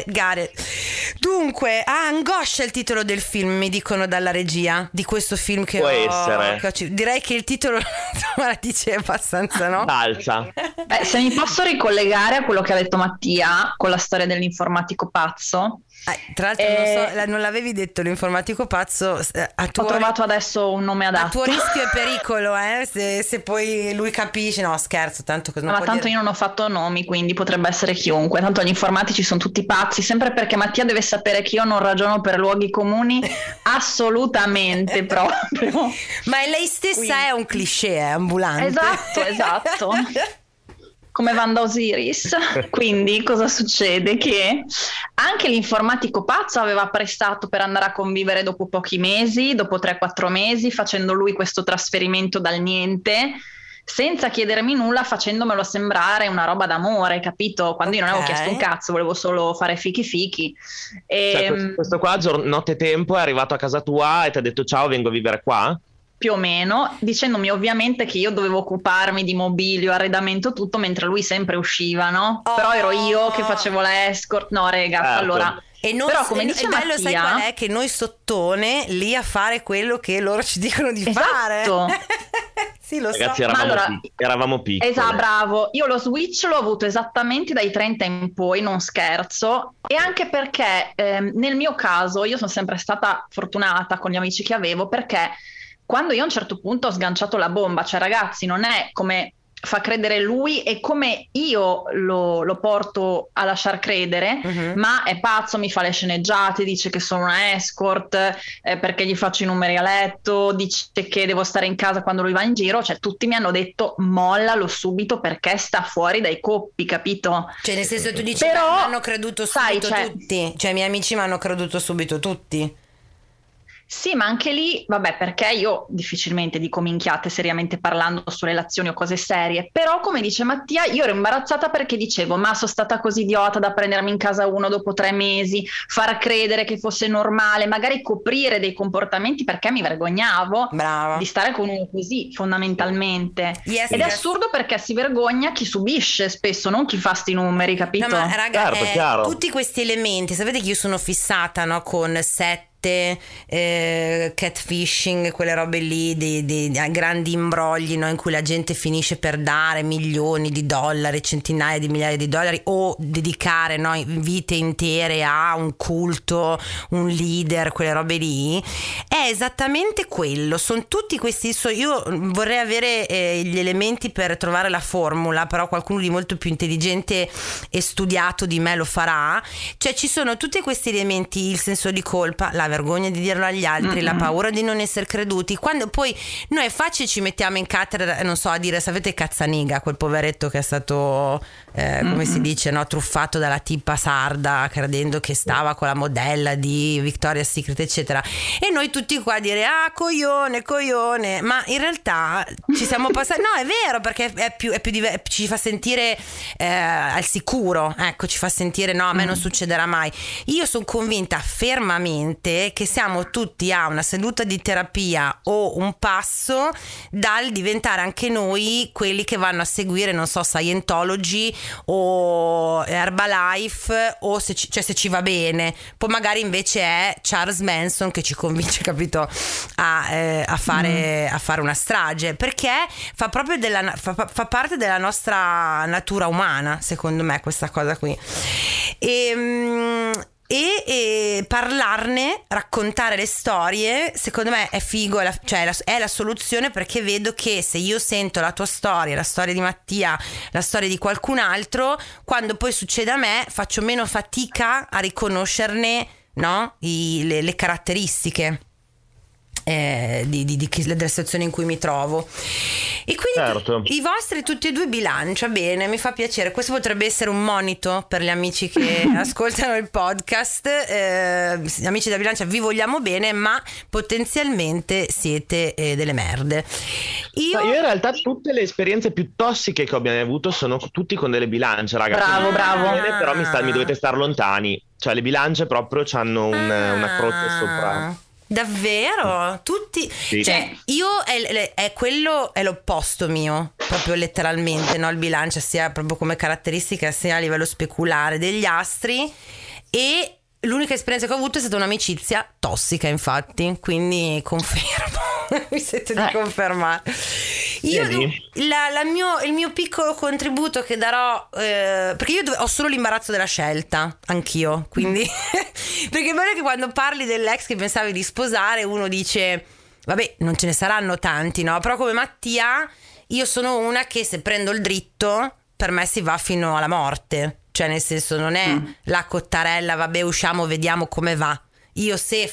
Dunque, angoscia il titolo del film, mi dicono dalla regia di questo film che può essere. Direi che il titolo la dice abbastanza, no? Salsa. Beh, se mi posso ricollegare a quello che ha detto Mattia con la storia dell'informatico pazzo. Tra l'altro non l'avevi detto l'informatico pazzo. Ho trovato adesso un nome adatto. A tuo rischio e pericolo, se poi lui capisce. No, scherzo, tanto cosa non ma può tanto dire. io non ho fatto nomi, quindi potrebbe essere chiunque. Tanto gli informatici sono tutti pazzi, sempre perché Mattia deve sapere che io non ragiono per luoghi comuni assolutamente proprio. Ma lei stessa è un cliché, è ambulante. Esatto. Come Wanda Osiris. Quindi cosa succede? Che anche l'informatico pazzo aveva prestato per andare a convivere dopo pochi mesi, dopo 3-4 mesi, facendo lui questo trasferimento dal niente, senza chiedermi nulla, facendomelo sembrare una roba d'amore, capito? Quando io non avevo chiesto un cazzo, volevo solo fare fichi. Cioè, questo qua nottetempo è arrivato a casa tua e ti ha detto ciao, vengo a vivere qua? Più o meno, dicendomi ovviamente che io dovevo occuparmi di mobilio, arredamento, tutto, mentre lui sempre usciva, no? Però ero io che facevo la escort. No, rega, allora... E noi, però come dice Mattia, bello, sai qual è? Che noi sottone lì a fare quello che loro ci dicono di fare. Sì, lo ragazzi, so. eravamo piccoli. Esatto, bravo. Io lo switch l'ho avuto esattamente dai 30 in poi, non scherzo. E anche perché nel mio caso io sono sempre stata fortunata con gli amici che avevo, perché quando io a un certo punto ho sganciato la bomba, cioè ragazzi, non è come fa credere lui e come io lo porto a lasciar credere, ma è pazzo, mi fa le sceneggiate, dice che sono una escort, perché gli faccio i numeri a letto, dice che devo stare in casa quando lui va in giro, cioè tutti mi hanno detto mollalo subito perché sta fuori dai coppi, capito? Cioè nel senso, tu dici, però mi hanno creduto subito tutti, cioè i miei amici mi hanno creduto subito tutti. Sì, ma anche lì, vabbè, perché io difficilmente dico minchiate seriamente parlando su relazioni o cose serie, però come dice Mattia, io ero imbarazzata perché dicevo, ma sono stata così idiota da prendermi in casa uno dopo 3 mesi, far credere che fosse normale, magari coprire dei comportamenti perché mi vergognavo di stare con uno così, fondamentalmente. Ed è assurdo perché si vergogna chi subisce spesso, non chi fa sti numeri, capito? No, ma raga, tutti questi elementi, sapete che io sono fissata, no, con 7, volte catfishing, quelle robe lì, di grandi imbrogli, no? In cui la gente finisce per dare milioni di dollari, centinaia di migliaia di dollari, o dedicare, no, vite intere a un culto, un leader, quelle robe lì. È esattamente quello, sono tutti questi. Io vorrei avere gli elementi per trovare la formula, però qualcuno di molto più intelligente e studiato di me lo farà. Cioè ci sono tutti questi elementi: il senso di colpa, la vergogna di dirlo agli altri, la paura di non essere creduti. Quando poi noi è facile ci mettiamo in cattedra, non so, a dire sapete Cazzaniga, quel poveretto che è stato come si dice, no, truffato dalla tipa sarda credendo che stava con la modella di Victoria's Secret eccetera, e noi tutti qua a dire coglione, ma in realtà ci siamo passati. No, è vero, perché ci fa sentire al sicuro, ecco, ci fa sentire no, a me non succederà mai. Io sono convinta fermamente che siamo tutti a una seduta di terapia o un passo dal diventare anche noi quelli che vanno a seguire, non so, Scientology o Herbalife, o se ci va bene. Poi magari invece è Charles Manson che ci convince, capito, a fare una strage, perché fa proprio fa parte della nostra natura umana, secondo me, questa cosa qui. E parlarne, raccontare le storie, secondo me è figo, è la soluzione, perché vedo che se io sento la tua storia, la storia di Mattia, la storia di qualcun altro, quando poi succede a me faccio meno fatica a riconoscerne, no, le caratteristiche della situazione in cui mi trovo. E quindi certo, i vostri tutti e due bilancia bene, mi fa piacere. Questo potrebbe essere un monito per gli amici che ascoltano il podcast. Amici da Bilancia, vi vogliamo bene, ma potenzialmente siete delle merde. Io in realtà tutte le esperienze più tossiche che ho avuto sono tutti con delle bilance, ragazzi. Bravo. Però mi dovete star lontani. Cioè le bilance proprio hanno una croce sopra. Davvero? Tutti? Sì. Cioè, io è quello è l'opposto mio, proprio letteralmente, no? Il bilancia, sia proprio come caratteristica sia a livello speculare degli astri, e l'unica esperienza che ho avuto è stata un'amicizia tossica, infatti, quindi confermo. Mi sento di confermare. Il mio piccolo contributo che darò, perché io ho solo l'imbarazzo della scelta, anch'io, quindi perché è vero che quando parli dell'ex che pensavi di sposare, uno dice vabbè, non ce ne saranno tanti, no? Però come Mattia io sono una che se prendo il dritto per me si va fino alla morte, cioè nel senso non è la cottarella, vabbè usciamo vediamo come va. Io se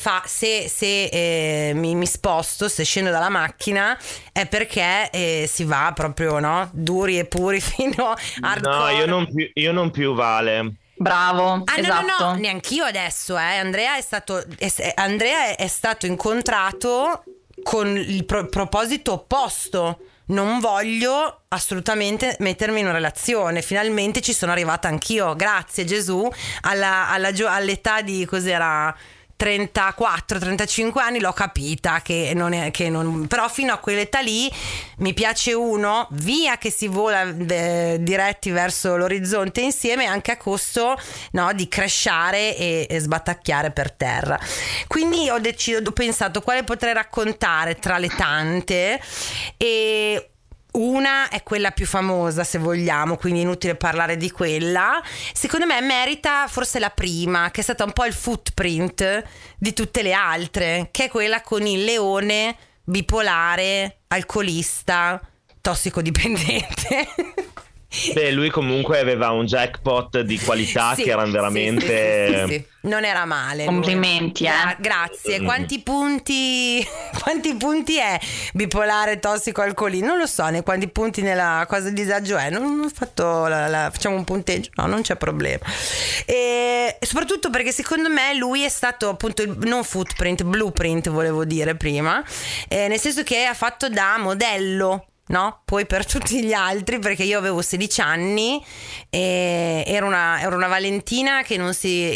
mi sposto, se scendo dalla macchina, è perché si va proprio, no? Duri e puri fino hardcore. No, io non più, Vale. Bravo, esatto. No, neanch'io adesso, Andrea è stato incontrato con il proposito opposto. Non voglio assolutamente mettermi in una relazione. Finalmente ci sono arrivata anch'io, grazie Gesù, all'età di cos'era 34-35 anni l'ho capita che non, però fino a quell'età lì mi piace uno, via che si vola diretti verso l'orizzonte insieme, anche a costo, no, di crashare e sbattacchiare per terra. Quindi ho pensato quale potrei raccontare tra le tante, e una è quella più famosa, se vogliamo, quindi è inutile parlare di quella. Secondo me merita forse la prima, che è stata un po' il footprint di tutte le altre, che è quella con il leone bipolare, alcolista, tossicodipendente. Beh, lui comunque aveva un jackpot di qualità che erano veramente... Sì. Non era male. Complimenti, Grazie. Quanti punti è bipolare, tossico, alcolino? Non lo so, né quanti punti nella cosa di disagio è. Non ho fatto facciamo un punteggio? No, non c'è problema. E soprattutto perché secondo me lui è stato appunto non footprint, blueprint volevo dire prima, nel senso che ha fatto da modello, no? Poi per tutti gli altri, perché io avevo 16 anni e ero una Valentina che non si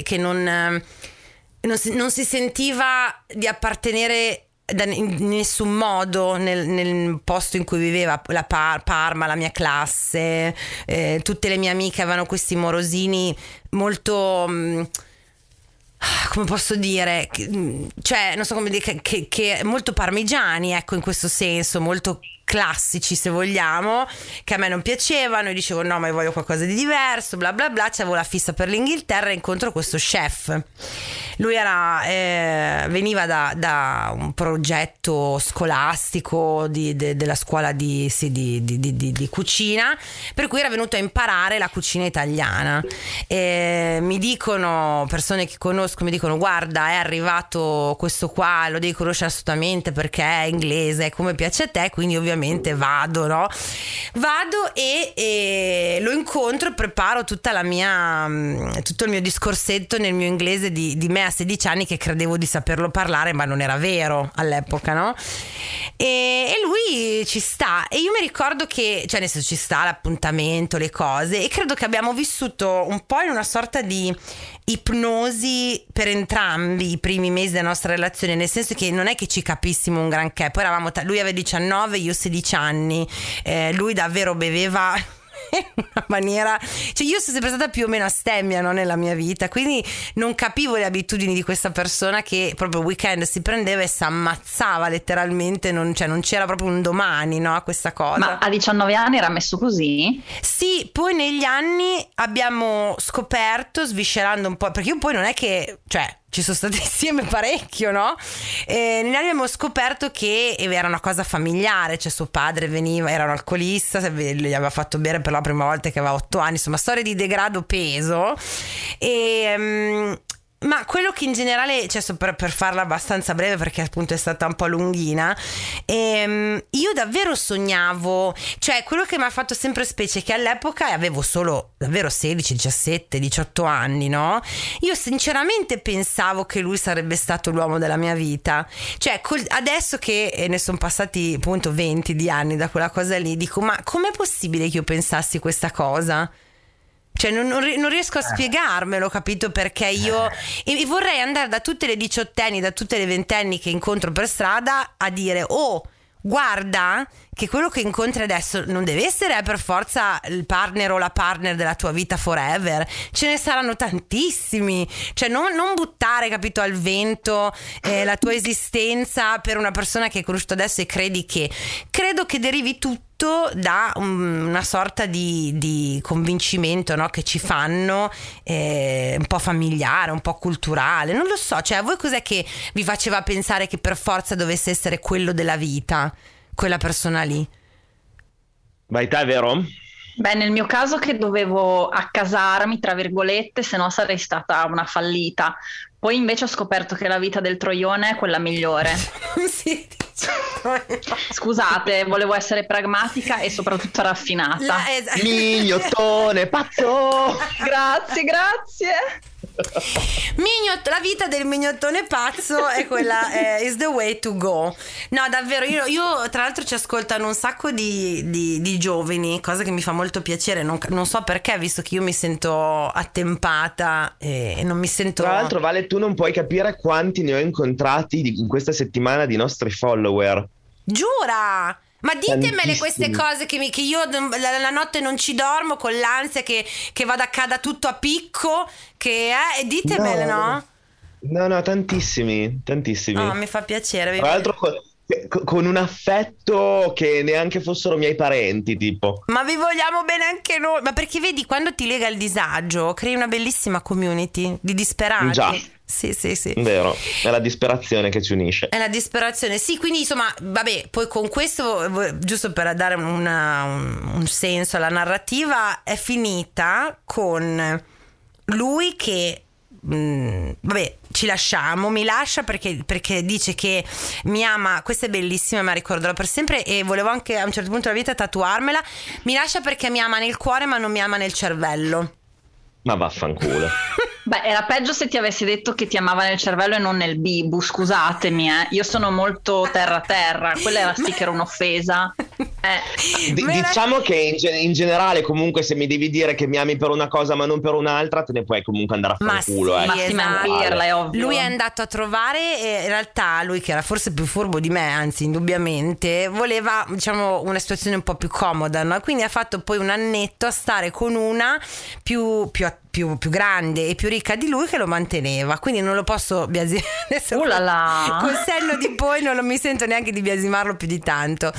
sentiva di appartenere in nessun modo nel posto in cui viveva, la Parma, la mia classe, tutte le mie amiche avevano questi morosini molto come posso dire, cioè non so come dire, che molto parmigiani, ecco, in questo senso, molto classici se vogliamo, che a me non piacevano. Io dicevo no, ma io voglio qualcosa di diverso, bla bla bla. C'avevo la fissa per l'Inghilterra e incontro questo chef. Lui veniva da un progetto scolastico della scuola di cucina, per cui era venuto a imparare la cucina italiana. Mi dicono, persone che conosco, mi dicono guarda, è arrivato questo qua, lo devi conoscere assolutamente perché è inglese, come piace a te. Quindi ovviamente vado e lo incontro e preparo tutto il mio discorsetto nel mio inglese di me a 16 anni, che credevo di saperlo parlare, ma non era vero all'epoca, no? E lui ci sta, e io mi ricordo che, cioè nel senso, ci sta l'appuntamento, le cose, e credo che abbiamo vissuto un po' in una sorta di ipnosi per entrambi i primi mesi della nostra relazione, nel senso che non è che ci capissimo un granché. Poi eravamo lui aveva 19, io 16 anni, lui davvero beveva in una maniera, cioè io sono sempre stata più o meno astemmia, no, nella mia vita, quindi non capivo le abitudini di questa persona che proprio weekend si prendeva e si ammazzava letteralmente, non c'era proprio un domani, no, a questa cosa. Ma a 19 anni era messo così? Sì, poi negli anni abbiamo scoperto, sviscerando un po', perché io poi non è che, cioè ci sono stati insieme parecchio, no? Negli anni abbiamo scoperto che era una cosa familiare, cioè suo padre era un alcolista, gli aveva fatto bere per la prima volta che aveva 8 anni, insomma storia di degrado peso. Ma quello che in generale, cioè per farla abbastanza breve perché appunto è stata un po' lunghina, io davvero sognavo, cioè quello che mi ha fatto sempre specie è che all'epoca avevo solo davvero 16, 17, 18 anni, no? Io sinceramente pensavo che lui sarebbe stato l'uomo della mia vita, cioè adesso che ne sono passati appunto 20 di anni da quella cosa lì, dico ma com'è possibile che io pensassi questa cosa? Cioè non riesco a spiegarmelo, capito? Perché io e vorrei andare da tutte le diciottenni, da tutte le ventenni che incontro per strada a dire oh, guarda che quello che incontri adesso non deve essere per forza il partner o la partner della tua vita forever, ce ne saranno tantissimi, cioè non buttare, capito, al vento la tua esistenza per una persona che hai conosciuto adesso e credo che derivi tutto da una sorta di convincimento, no? Che ci fanno un po' familiare, un po' culturale, non lo so, cioè a voi cos'è che vi faceva pensare che per forza dovesse essere quello della vita, quella persona lì? Vai te, vero? Beh, nel mio caso che dovevo accasarmi, tra virgolette, se no sarei stata una fallita. Poi invece ho scoperto che la vita del troione è quella migliore. Sì. Scusate, volevo essere pragmatica e soprattutto raffinata. Mignottone pazzo! Grazie. La vita del mignottone pazzo è quella, is the way to go. No, davvero, io tra l'altro ci ascoltano un sacco di giovani, cosa che mi fa molto piacere, non so perché, visto che io mi sento attempata e non mi sento... Tra l'altro, Vale, tu non puoi capire quanti ne ho incontrati in questa settimana di nostri follower. Giura? Ma ditemele Tantissimi. queste cose che io la notte non ci dormo con l'ansia che accada tutto a picco, e ditemele, no? No, tantissimi. No, mi fa piacere. Tra l'altro con un affetto che neanche fossero miei parenti, tipo. Ma vi vogliamo bene anche noi. Ma perché vedi, quando ti lega il disagio crei una bellissima community di disperati. Già. Sì. Vero, è la disperazione che ci unisce. È la disperazione, sì, quindi insomma, vabbè, poi con questo, giusto per dare un senso alla narrativa, è finita con lui che, vabbè, ci lasciamo, mi lascia perché dice che mi ama, questa è bellissima, me la ricorderò per sempre e volevo anche a un certo punto della vita tatuarmela, mi lascia perché mi ama nel cuore ma non mi ama nel cervello. Ma vaffanculo. Beh, era peggio se ti avessi detto che ti amava nel cervello e non nel bibu, scusatemi, io sono molto terra, quella era sì che era un'offesa. Diciamo che in generale comunque se mi devi dire che mi ami per una cosa ma non per un'altra, te ne puoi comunque andare a fanculo. Sì, esatto. È ovvio. Lui è andato a trovare, e in realtà lui, che era forse più furbo di me, anzi indubbiamente, voleva, diciamo, una situazione un po' più comoda, no? Quindi ha fatto poi un annetto a stare con una più più grande e più ricca di lui che lo manteneva, quindi non lo posso biasimare. Col senno di poi non mi sento neanche di biasimarlo più di tanto,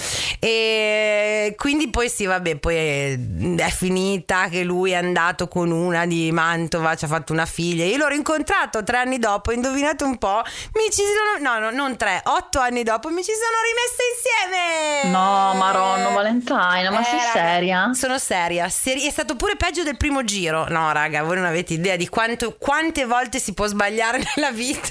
e quindi poi sì, vabbè, poi è finita che lui è andato con una di Mantova, ci ha fatto una figlia. Io l'ho rincontrato 3 anni dopo, indovinate un po', non 3, 8 anni dopo mi ci sono rimessa insieme. No, Maronno Valentina, ma sei seria? Sono seria. È stato pure peggio del primo giro. No, raga, voi non avete idea di quante volte si può sbagliare nella vita.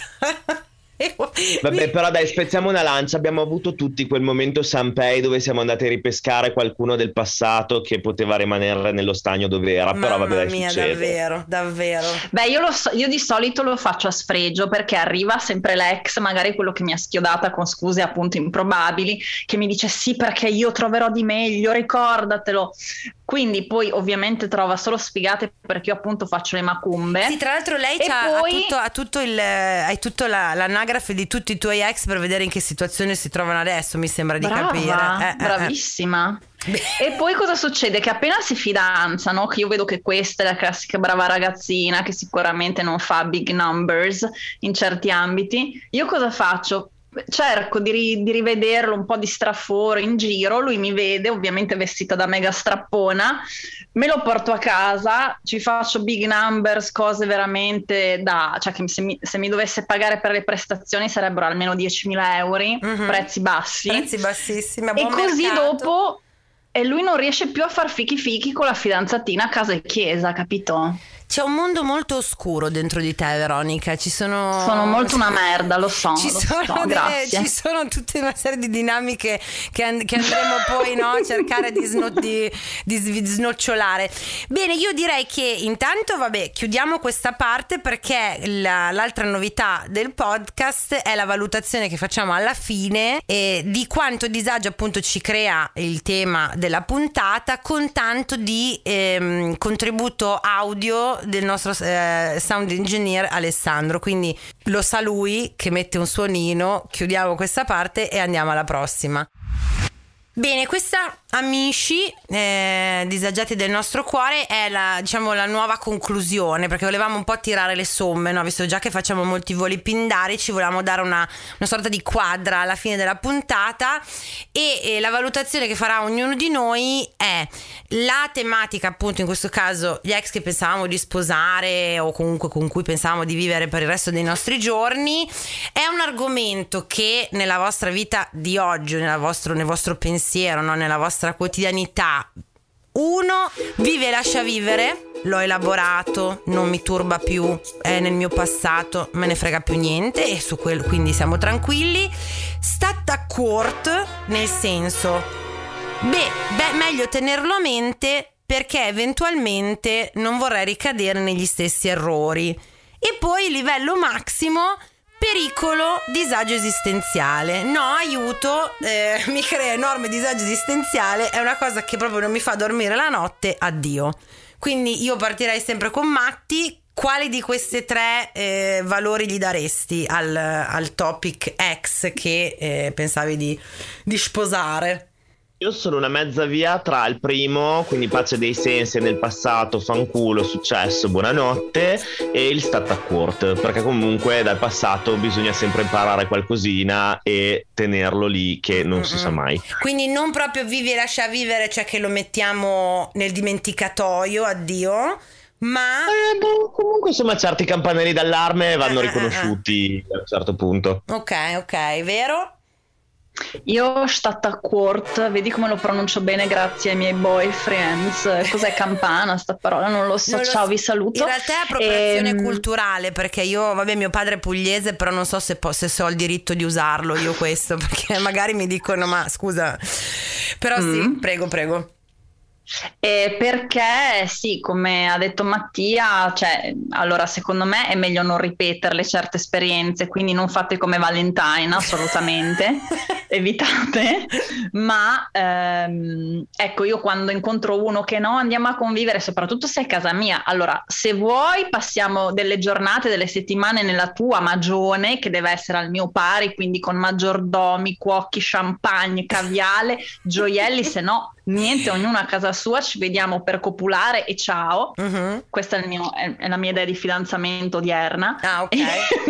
Vabbè, però dai, spezziamo una lancia. Abbiamo avuto tutti quel momento Sanpei dove siamo andati a ripescare qualcuno del passato che poteva rimanere nello stagno dove era. Però vabbè, dai, mia, succede. davvero. Beh, io di solito lo faccio a sfregio, perché arriva sempre l'ex, magari quello che mi ha schiodata con scuse appunto improbabili, che mi dice sì perché io troverò di meglio, ricordatelo. Quindi poi ovviamente trova solo sfigate, perché io appunto faccio le macumbe. Sì, tra l'altro lei hai tutto l'anagrafe di tutti i tuoi ex per vedere in che situazione si trovano adesso, mi sembra di capire. Bravissima. E poi cosa succede? Che appena si fidanzano, che io vedo che questa è la classica brava ragazzina che sicuramente non fa big numbers in certi ambiti, io cosa faccio? Cerco di rivederlo un po' di straforo in giro, lui mi vede ovviamente vestita da mega strappona, me lo porto a casa, ci faccio big numbers, cose veramente cioè che se mi dovesse pagare per le prestazioni sarebbero almeno 10.000 euro, prezzi bassissimi, e così mercato. Dopo e lui non riesce più a far fichi con la fidanzatina a casa e chiesa, capito? C'è un mondo molto oscuro dentro di te, Veronica. Sono molto una merda, lo so. Ci sono tutta una serie di dinamiche che andremo poi a cercare di snocciolare. Bene, io direi che intanto, vabbè, chiudiamo questa parte, perché l'altra novità del podcast è la valutazione che facciamo alla fine di quanto disagio appunto ci crea il tema della puntata, con tanto di contributo audio del nostro sound engineer Alessandro. Quindi lo sa lui che mette un suonino. Chiudiamo questa parte e andiamo alla prossima. Bene, questa, amici disagiati del nostro cuore, è la nuova conclusione, perché volevamo un po' tirare le somme, no? Visto già che facciamo molti voli pindari, ci volevamo dare una sorta di quadra alla fine della puntata, e la valutazione che farà ognuno di noi è la tematica, appunto in questo caso gli ex che pensavamo di sposare o comunque con cui pensavamo di vivere per il resto dei nostri giorni. È un argomento che nella vostra vita di oggi, nel vostro pensiero, no? Nella vostra quotidianità, uno vive e lascia vivere, l'ho elaborato, non mi turba più, è nel mio passato, me ne frega più niente, e su quello quindi siamo tranquilli. Stat a court, nel senso, meglio tenerlo a mente, perché eventualmente non vorrei ricadere negli stessi errori. E poi livello massimo, pericolo, disagio esistenziale. No, aiuto, mi crea enorme disagio esistenziale, è una cosa che proprio non mi fa dormire la notte, addio. Quindi io partirei sempre con Matti. Quali di queste 3 valori gli daresti al topic ex che pensavi di sposare? Io sono una mezza via tra il primo, quindi pace dei sensi nel passato, fanculo, successo, buonanotte, e il stat a court, perché comunque dal passato bisogna sempre imparare qualcosina e tenerlo lì, che non si sa mai. Quindi non proprio vivi e lascia vivere, cioè che lo mettiamo nel dimenticatoio, addio, ma comunque insomma certi campanelli d'allarme vanno riconosciuti a un certo punto. Ok, vero? Io stata court, vedi come lo pronuncio bene grazie ai miei boyfriends. Cos'è campana sta parola? Non lo so. Ciao, vi saluto. In realtà è appropriazione culturale, perché io, vabbè, mio padre è pugliese, però non so se ho il diritto di usarlo io questo, perché magari mi dicono ma scusa, però sì, prego. Perché sì, come ha detto Mattia, cioè, allora secondo me è meglio non ripeterle certe esperienze, quindi non fate come Valentina, assolutamente, evitate, ma ecco, io quando incontro uno che no, andiamo a convivere, soprattutto se è casa mia, allora se vuoi passiamo delle giornate, delle settimane nella tua magione, che deve essere al mio pari, quindi con maggiordomi, cuochi, champagne, caviale, gioielli, se no niente, ognuno a casa sua, ci vediamo per copulare e ciao. Questa è la mia idea di fidanzamento odierna. Ah, ok.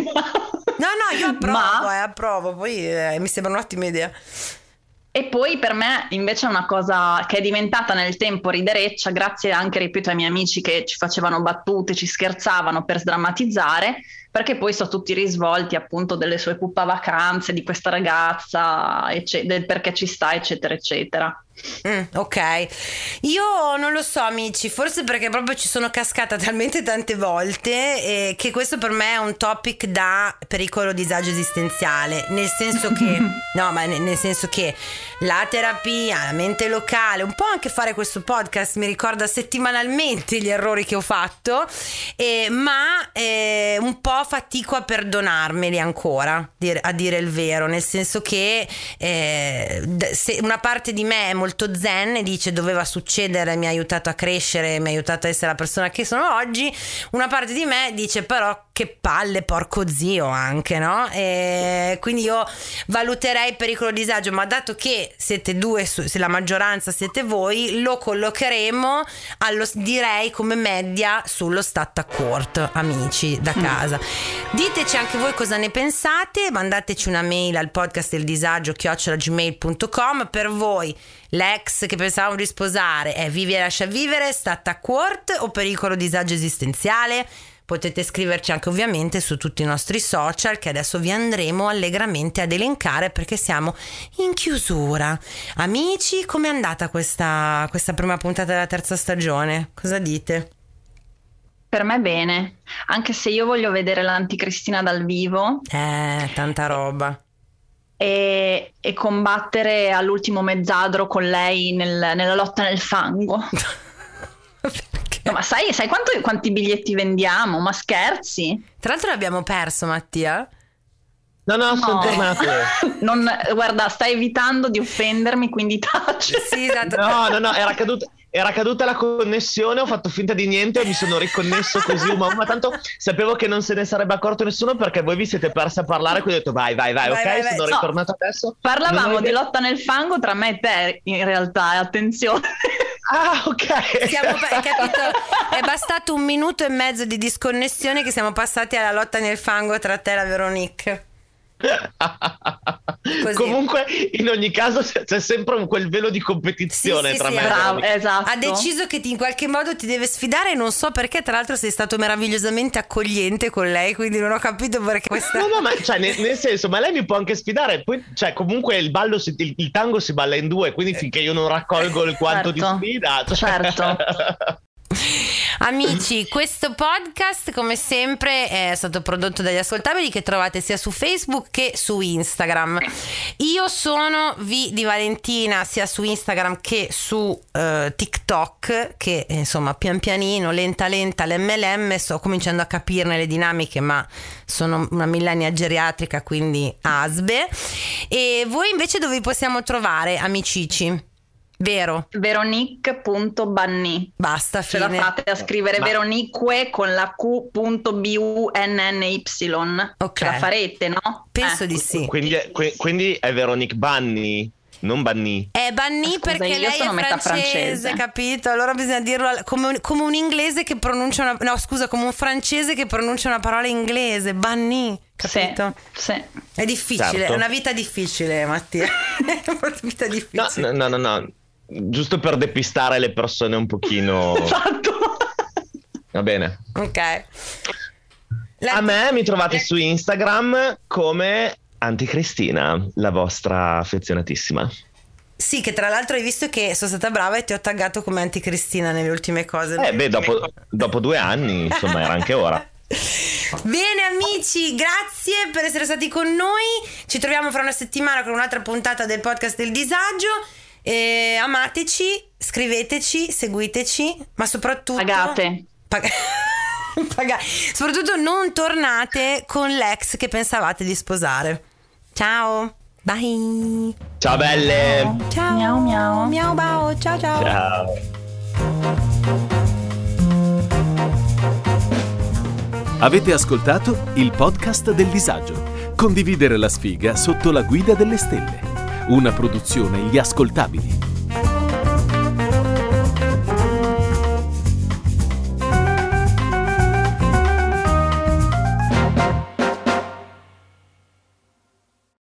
No, io approvo, poi mi sembra un'ottima idea. E poi per me invece è una cosa che è diventata nel tempo ridereccia, grazie anche, ripeto, ai miei amici che ci facevano battute, ci scherzavano per sdrammatizzare, perché poi sono tutti risvolti appunto delle sue puppavacanze, di questa ragazza, del perché ci sta, eccetera, eccetera. Ok, io non lo so, amici, forse perché proprio ci sono cascata talmente tante volte che questo per me è un topic da pericolo disagio esistenziale, nel senso che no, ma nel senso che la terapia, la mente locale, un po' anche fare questo podcast mi ricorda settimanalmente gli errori che ho fatto, ma un po' fatico a perdonarmeli ancora, a dire il vero, nel senso che se una parte di me è molto zen e dice doveva succedere, mi ha aiutato a crescere, mi ha aiutato a essere la persona che sono oggi, una parte di me dice però che palle, porco zio anche, no? E quindi io valuterei pericolo disagio, ma dato che siete due, se la maggioranza siete voi, lo collocheremo direi come media sullo stat a court, amici da casa. Diteci anche voi cosa ne pensate, mandateci una mail al podcastdeldisagio@gmail.com. Per voi l'ex che pensavamo di sposare è vivi e lascia vivere, stat a court o pericolo disagio esistenziale? Potete scriverci anche ovviamente su tutti i nostri social, che adesso vi andremo allegramente ad elencare perché siamo in chiusura. Amici, com'è andata questa prima puntata della terza stagione? Cosa dite? Per me bene, anche se io voglio vedere l'Anticristina dal vivo. Tanta roba. E combattere all'ultimo mezzadro con lei nella lotta nel fango. No, ma sai quanti biglietti vendiamo? Ma scherzi? Tra l'altro l'abbiamo perso, Mattia. No, sono tornato. Guarda, stai evitando di offendermi, quindi taci. Sì, esatto. No, era caduta la connessione, ho fatto finta di niente e mi sono riconnesso così ma tanto sapevo che non se ne sarebbe accorto nessuno perché voi vi siete persi a parlare, quindi ho detto vai, ok, sono ritornato adesso. Parlavamo di lotta nel fango tra me e te, in realtà, attenzione. Ah, ok. Capito? È bastato 1 minuto e mezzo di disconnessione che siamo passati alla lotta nel fango tra te e la Veronique. Così. Comunque in ogni caso c'è sempre quel velo di competizione tra me. Bravo, esatto. Ha deciso che in qualche modo ti deve sfidare, non so perché, tra l'altro sei stato meravigliosamente accogliente con lei, quindi non ho capito perché questa... No, ma cioè, nel senso, ma lei mi può anche sfidare, poi cioè comunque il tango si balla in 2, quindi finché io non raccolgo il quanto di sfida, certo. Amici, questo podcast come sempre è stato prodotto dagli Ascoltabili, che trovate sia su Facebook che su Instagram. Io sono V di Valentina sia su Instagram che su TikTok, che insomma pian pianino, lenta l'MLM, sto cominciando a capirne le dinamiche, ma sono una millennial geriatrica, quindi asbe. E voi invece dove vi possiamo trovare, amicici? Vero? Veronique.banni. Basta, fine. Ce la fate a scrivere Veronique con la Q.BUNNY. Ok. Ce la farete, no? Penso di sì. Quindi è Veronique Banni, non Banni. È Banni perché lei è francese, capito? Allora bisogna dirlo come un inglese che pronuncia come un francese che pronuncia una parola inglese. Banni, capito? Sì. È difficile, certo. È una vita difficile, Mattia. È una vita difficile. No. Giusto per depistare le persone un pochino. Esatto. Va bene. Ok. A me mi trovate su Instagram come Anticristina, la vostra affezionatissima. Sì, che tra l'altro hai visto che sono stata brava e ti ho taggato come Anticristina nelle ultime cose. Dopo 2 anni, insomma, era anche ora. Bene amici, grazie per essere stati con noi. Ci troviamo fra una settimana con un'altra puntata del podcast del disagio. Amateci, scriveteci, seguiteci, ma soprattutto pagate. Soprattutto non tornate con l'ex che pensavate di sposare. Ciao, bye. Ciao belle. Ciao. Miau miau. Miau bao. Ciao. Ciao. Avete ascoltato il podcast del disagio. Condividere la sfiga sotto la guida delle stelle. Una produzione Gli Ascoltabili.